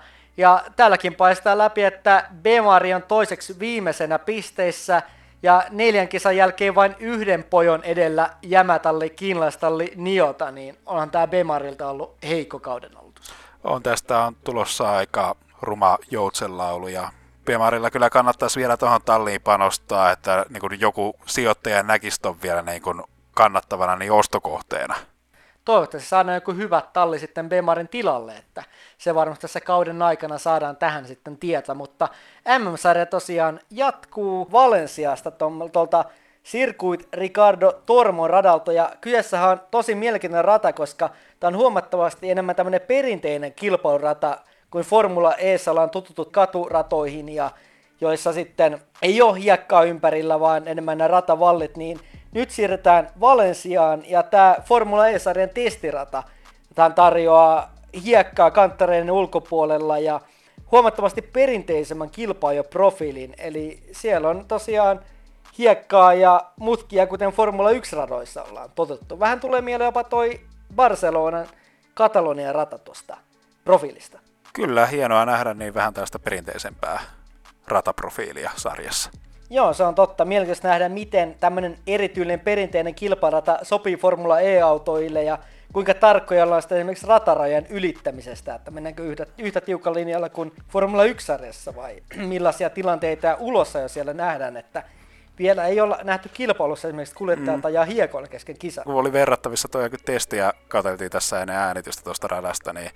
Ja täälläkin paistaa läpi, että Bemari on toiseksi viimeisenä pisteissä ja 4 kisan jälkeen vain 1 pojon edellä jämätalli, kiinalaistalli Niota, niin onhan tää Bemarilta ollut heikko kauden aloitus. Tästä on tulossa aika ruma joutsenlaulu ja Bemarilla kyllä kannattaisi vielä tuohon talliin panostaa, että niin kuin joku sijoittaja näkisi ton vielä niin kuin kannattavana niin ostokohteena. Toivottavasti saadaan joku hyvä talli sitten Bemarin tilalle, että se varmasti tässä kauden aikana saadaan tähän sitten tietä, mutta MM-sarja tosiaan jatkuu Valensiasta tuolta Circuit Ricardo Tormon radalta, ja kyseessähän on tosi mielenkiintoinen rata, koska tämä on huomattavasti enemmän tämmöinen perinteinen kilpailurata kuin Formula E:ssä ollaan tututut katuratoihin, ja joissa sitten ei ole hiekkaa ympärillä, vaan enemmän nämä ratavallit, niin nyt siirretään Valensiaan, ja tämä Formula E-sarjan testirata, tämä tarjoaa hiekkaa kanttareiden ulkopuolella ja huomattavasti perinteisemmän kilpailuprofiilin, eli siellä on tosiaan hiekkaa ja mutkia, kuten Formula 1-radoissa ollaan totuttu. Vähän tulee mieleen jopa toi Barcelonan Katalonian rata tuosta profiilista. Kyllä, hienoa nähdä niin vähän tästä perinteisempää rataprofiilia sarjassa. Joo, se on totta. Mielenkiintoista nähdä, miten tämmöinen erityinen perinteinen kilparata sopii Formula E-autoille ja kuinka tarkkoja ollaan sitä esimerkiksi ratarajan ylittämisestä, että mennäänkö yhtä tiukalla linjalla kuin Formula 1-sarjassa vai millaisia tilanteita ja ulossa jo siellä nähdään, että vielä ei olla nähty kilpailussa esimerkiksi kuljettajat ajaa hiekoilla kesken kisan. Kun oli verrattavissa toi testiä, katseltiin tässä ennen äänitystä tuosta radasta, niin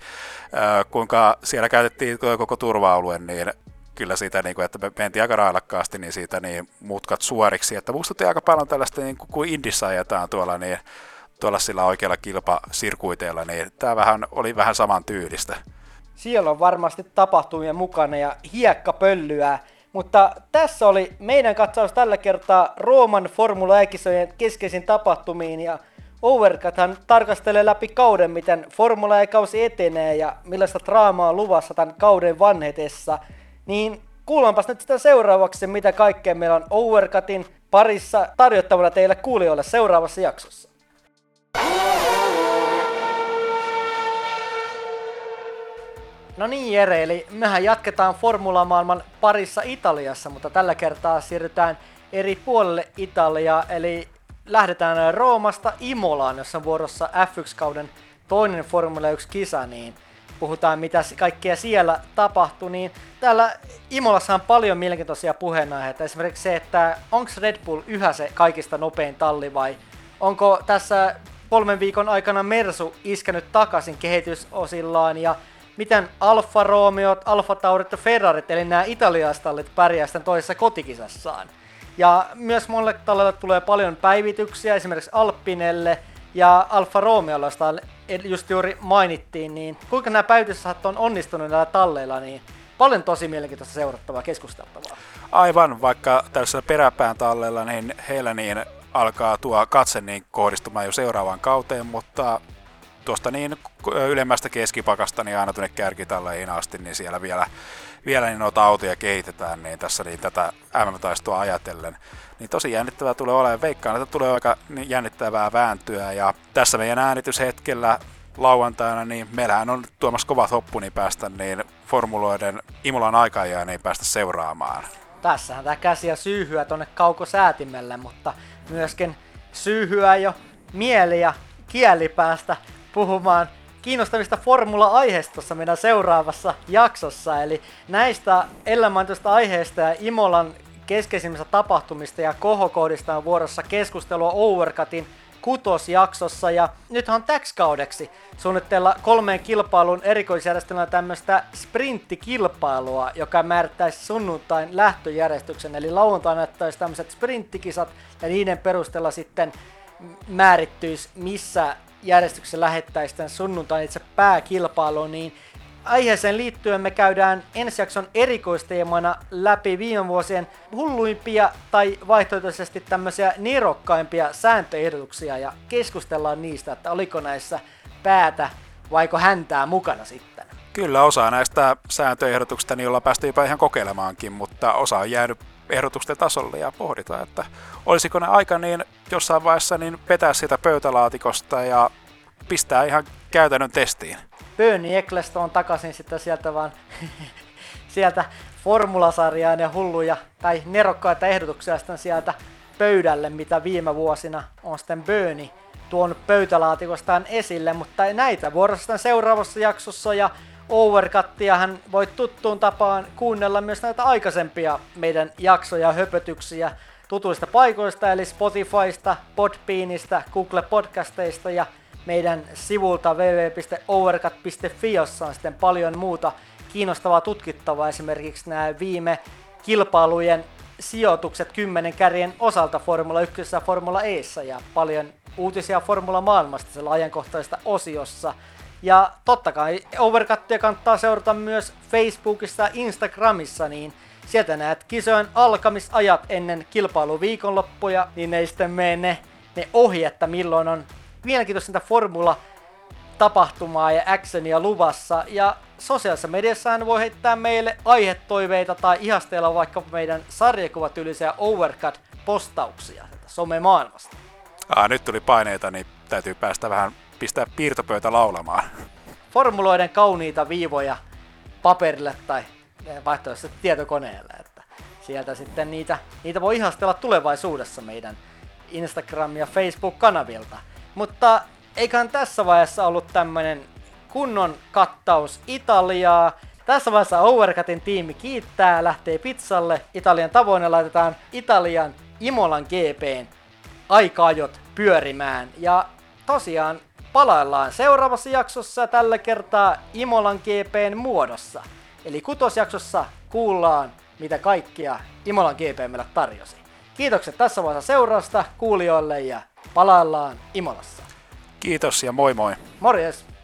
kuinka siellä käytettiin koko turva-alue, niin kyllä siitä, niin kuin, että me mentiin aika railakkaasti, niin siitä niin mutkat suoriksi, että muistutti aika paljon tällaista, niin kuin Indissä ajetaan tuolla, niin tuolla sillä oikealla kilpasirkuiteilla, niin tämä oli vähän saman tyylistä. Siellä on varmasti tapahtumia mukana ja hiekkapöllyä, mutta tässä oli meidän katsaus tällä kertaa Rooman Formula E-kisojen keskeisin tapahtumiin, ja Overcuthan tarkastelee läpi kauden, miten Formula E-kausi etenee ja millaista draamaa on luvassa tämän kauden vanhetessa. Niin kuullaanpas nyt sitä seuraavaksi, mitä kaikkea meillä on Overcutin parissa tarjottavana teille kuulijoille seuraavassa jaksossa. No niin Jere, eli mehän jatketaan Formula-maailman parissa Italiassa, mutta tällä kertaa siirrytään eri puolelle Italiaa, eli lähdetään Roomasta Imolaan, jossa on vuorossa F1-kauden toinen Formula 1-kisa, niin puhutaan mitä kaikkea siellä tapahtui, niin täällä Imolassa on paljon mielenkiintoisia puheenaiheita. Esimerkiksi se, että onko Red Bull yhä se kaikista nopein talli vai onko tässä 3 viikon aikana Mersu iskenyt takaisin kehitysosillaan ja miten Alfa Romeot, Alfa Taurit ja Ferrarit, eli nämä italialaistallit pärjää sitten toisessa kotikisassaan. Ja myös monelle tallille tulee paljon päivityksiä, esimerkiksi Alpinelle ja Alfa Romeolla, josta just juuri mainittiin, niin kuinka nämä päivityssaat on onnistunut näillä talleilla, niin paljon tosi mielenkiintoista seurattavaa, keskusteltavaa. Aivan, vaikka tällaisella peräpään talleilla, niin heillä niin alkaa tuo katse niin kohdistumaan jo seuraavaan kauteen, mutta tuosta niin ylemmästä keskipakasta niin aina tuonne kärkitalleihin asti, niin siellä vielä niin noita autoja kehitetään, niin tässä niin tätä MM-taistoa ajatellen. Niin tosi jännittävää tulee olemaan. Veikkaan, että tulee aika jännittävää vääntyä, ja tässä meidän äänityshetkellä lauantaina, niin meillähän on tuomassa kovat hoppuni päästä niin formuloiden Imolan aikajaan niin päästä seuraamaan. Tässähän tää käsiä syyhyä tonne kaukosäätimelle, mutta myöskin syyhyä jo mieli ja kieli päästä puhumaan kiinnostavista formula-aiheista tuossa meidän seuraavassa jaksossa. Eli näistä elämäntoista aiheista ja Imolan keskeisimmistä tapahtumista ja kohokohdista on vuorossa keskustelua Overcutin kutosjaksossa, ja nythän on täksi kaudeksi suunnitteilla 3 kilpailun erikoisjärjestelmällä tämmöistä sprinttikilpailua, joka määrittäisi sunnuntain lähtöjärjestyksen, eli lauantaina näyttäisi tämmöiset sprinttikisat, ja niiden perusteella sitten määrittyisi, missä järjestyksessä lähettäisiin tämän sunnuntain itse pääkilpailuun, niin aiheeseen liittyen me käydään ensi jakson erikoisteemana läpi viime vuosien hulluimpia tai vaihtoehtoisesti tämmöisiä nerokkaimpia sääntöehdotuksia ja keskustellaan niistä, että oliko näissä päätä vaiko häntää mukana sitten. Kyllä osa näistä sääntöehdotuksista niin ollaan päästy jopa ihan kokeilemaankin, mutta osa on jäänyt ehdotusten tasolle ja pohditaan, että olisiko ne aika niin jossain vaiheessa niin vetää sitä pöytälaatikosta ja pistää ihan käytännön testiin. Bernie Ecclestone takaisin sitten sieltä vaan sieltä formulasarjaan ja hulluja tai nerokkaita ehdotuksia sitten sieltä pöydälle, mitä viime vuosina on sitten Bernie tuonut pöytälaatikostaan esille, mutta näitä vuorossa seuraavassa jaksossa ja Overcuttiahan voit tuttuun tapaan kuunnella myös näitä aikaisempia meidän jaksoja ja höpötyksiä tutuista paikoista, eli Spotifysta, Podbeanista, Google Podcasteista ja meidän sivulta www.overcut.fi, jossa on sitten paljon muuta kiinnostavaa tutkittavaa, esimerkiksi nämä viime kilpailujen sijoitukset 10 kärjen osalta Formula 1 ja Formula E:ssä ja paljon uutisia Formula maailmasta siellä ajankohtaisesta osiossa. Ja totta kai Overcuttia kannattaa seurata myös Facebookissa ja Instagramissa, niin sieltä näet kisojen alkamisajat ennen kilpailuviikonloppuja, niin ei sitten mene ne ohi, että milloin on mielenkiintoisinta formula-tapahtumaa ja actionia luvassa. Ja sosiaalisessa mediassahan voi heittää meille aihetoiveita tai ihastella vaikka meidän sarjakuvatyylisiä Overcut-postauksia somemaailmasta. Nyt tuli paineita, niin täytyy päästä vähän pistää piirtopöytä laulamaan. Formuloiden kauniita viivoja paperille tai vaihtoehtoisesti tietokoneelle. Että sieltä sitten niitä voi ihastella tulevaisuudessa meidän Instagram- ja Facebook-kanavilta. Mutta eiköhän tässä vaiheessa ollut tämmönen kunnon kattaus Italiaa. Tässä vaiheessa Overcutin tiimi kiittää, lähtee pizzalle Italian tavoin ja laitetaan Italian Imolan GP:n aika-ajot pyörimään. Ja tosiaan palaillaan seuraavassa jaksossa tällä kertaa Imolan GP:n muodossa. Eli kutosjaksossa kuullaan, mitä kaikkia Imolan GP meille tarjosi. Kiitokset tässä vaiheessa seurausta kuulijoille ja palaillaan Imolassa. Kiitos ja moi moi! Morjes!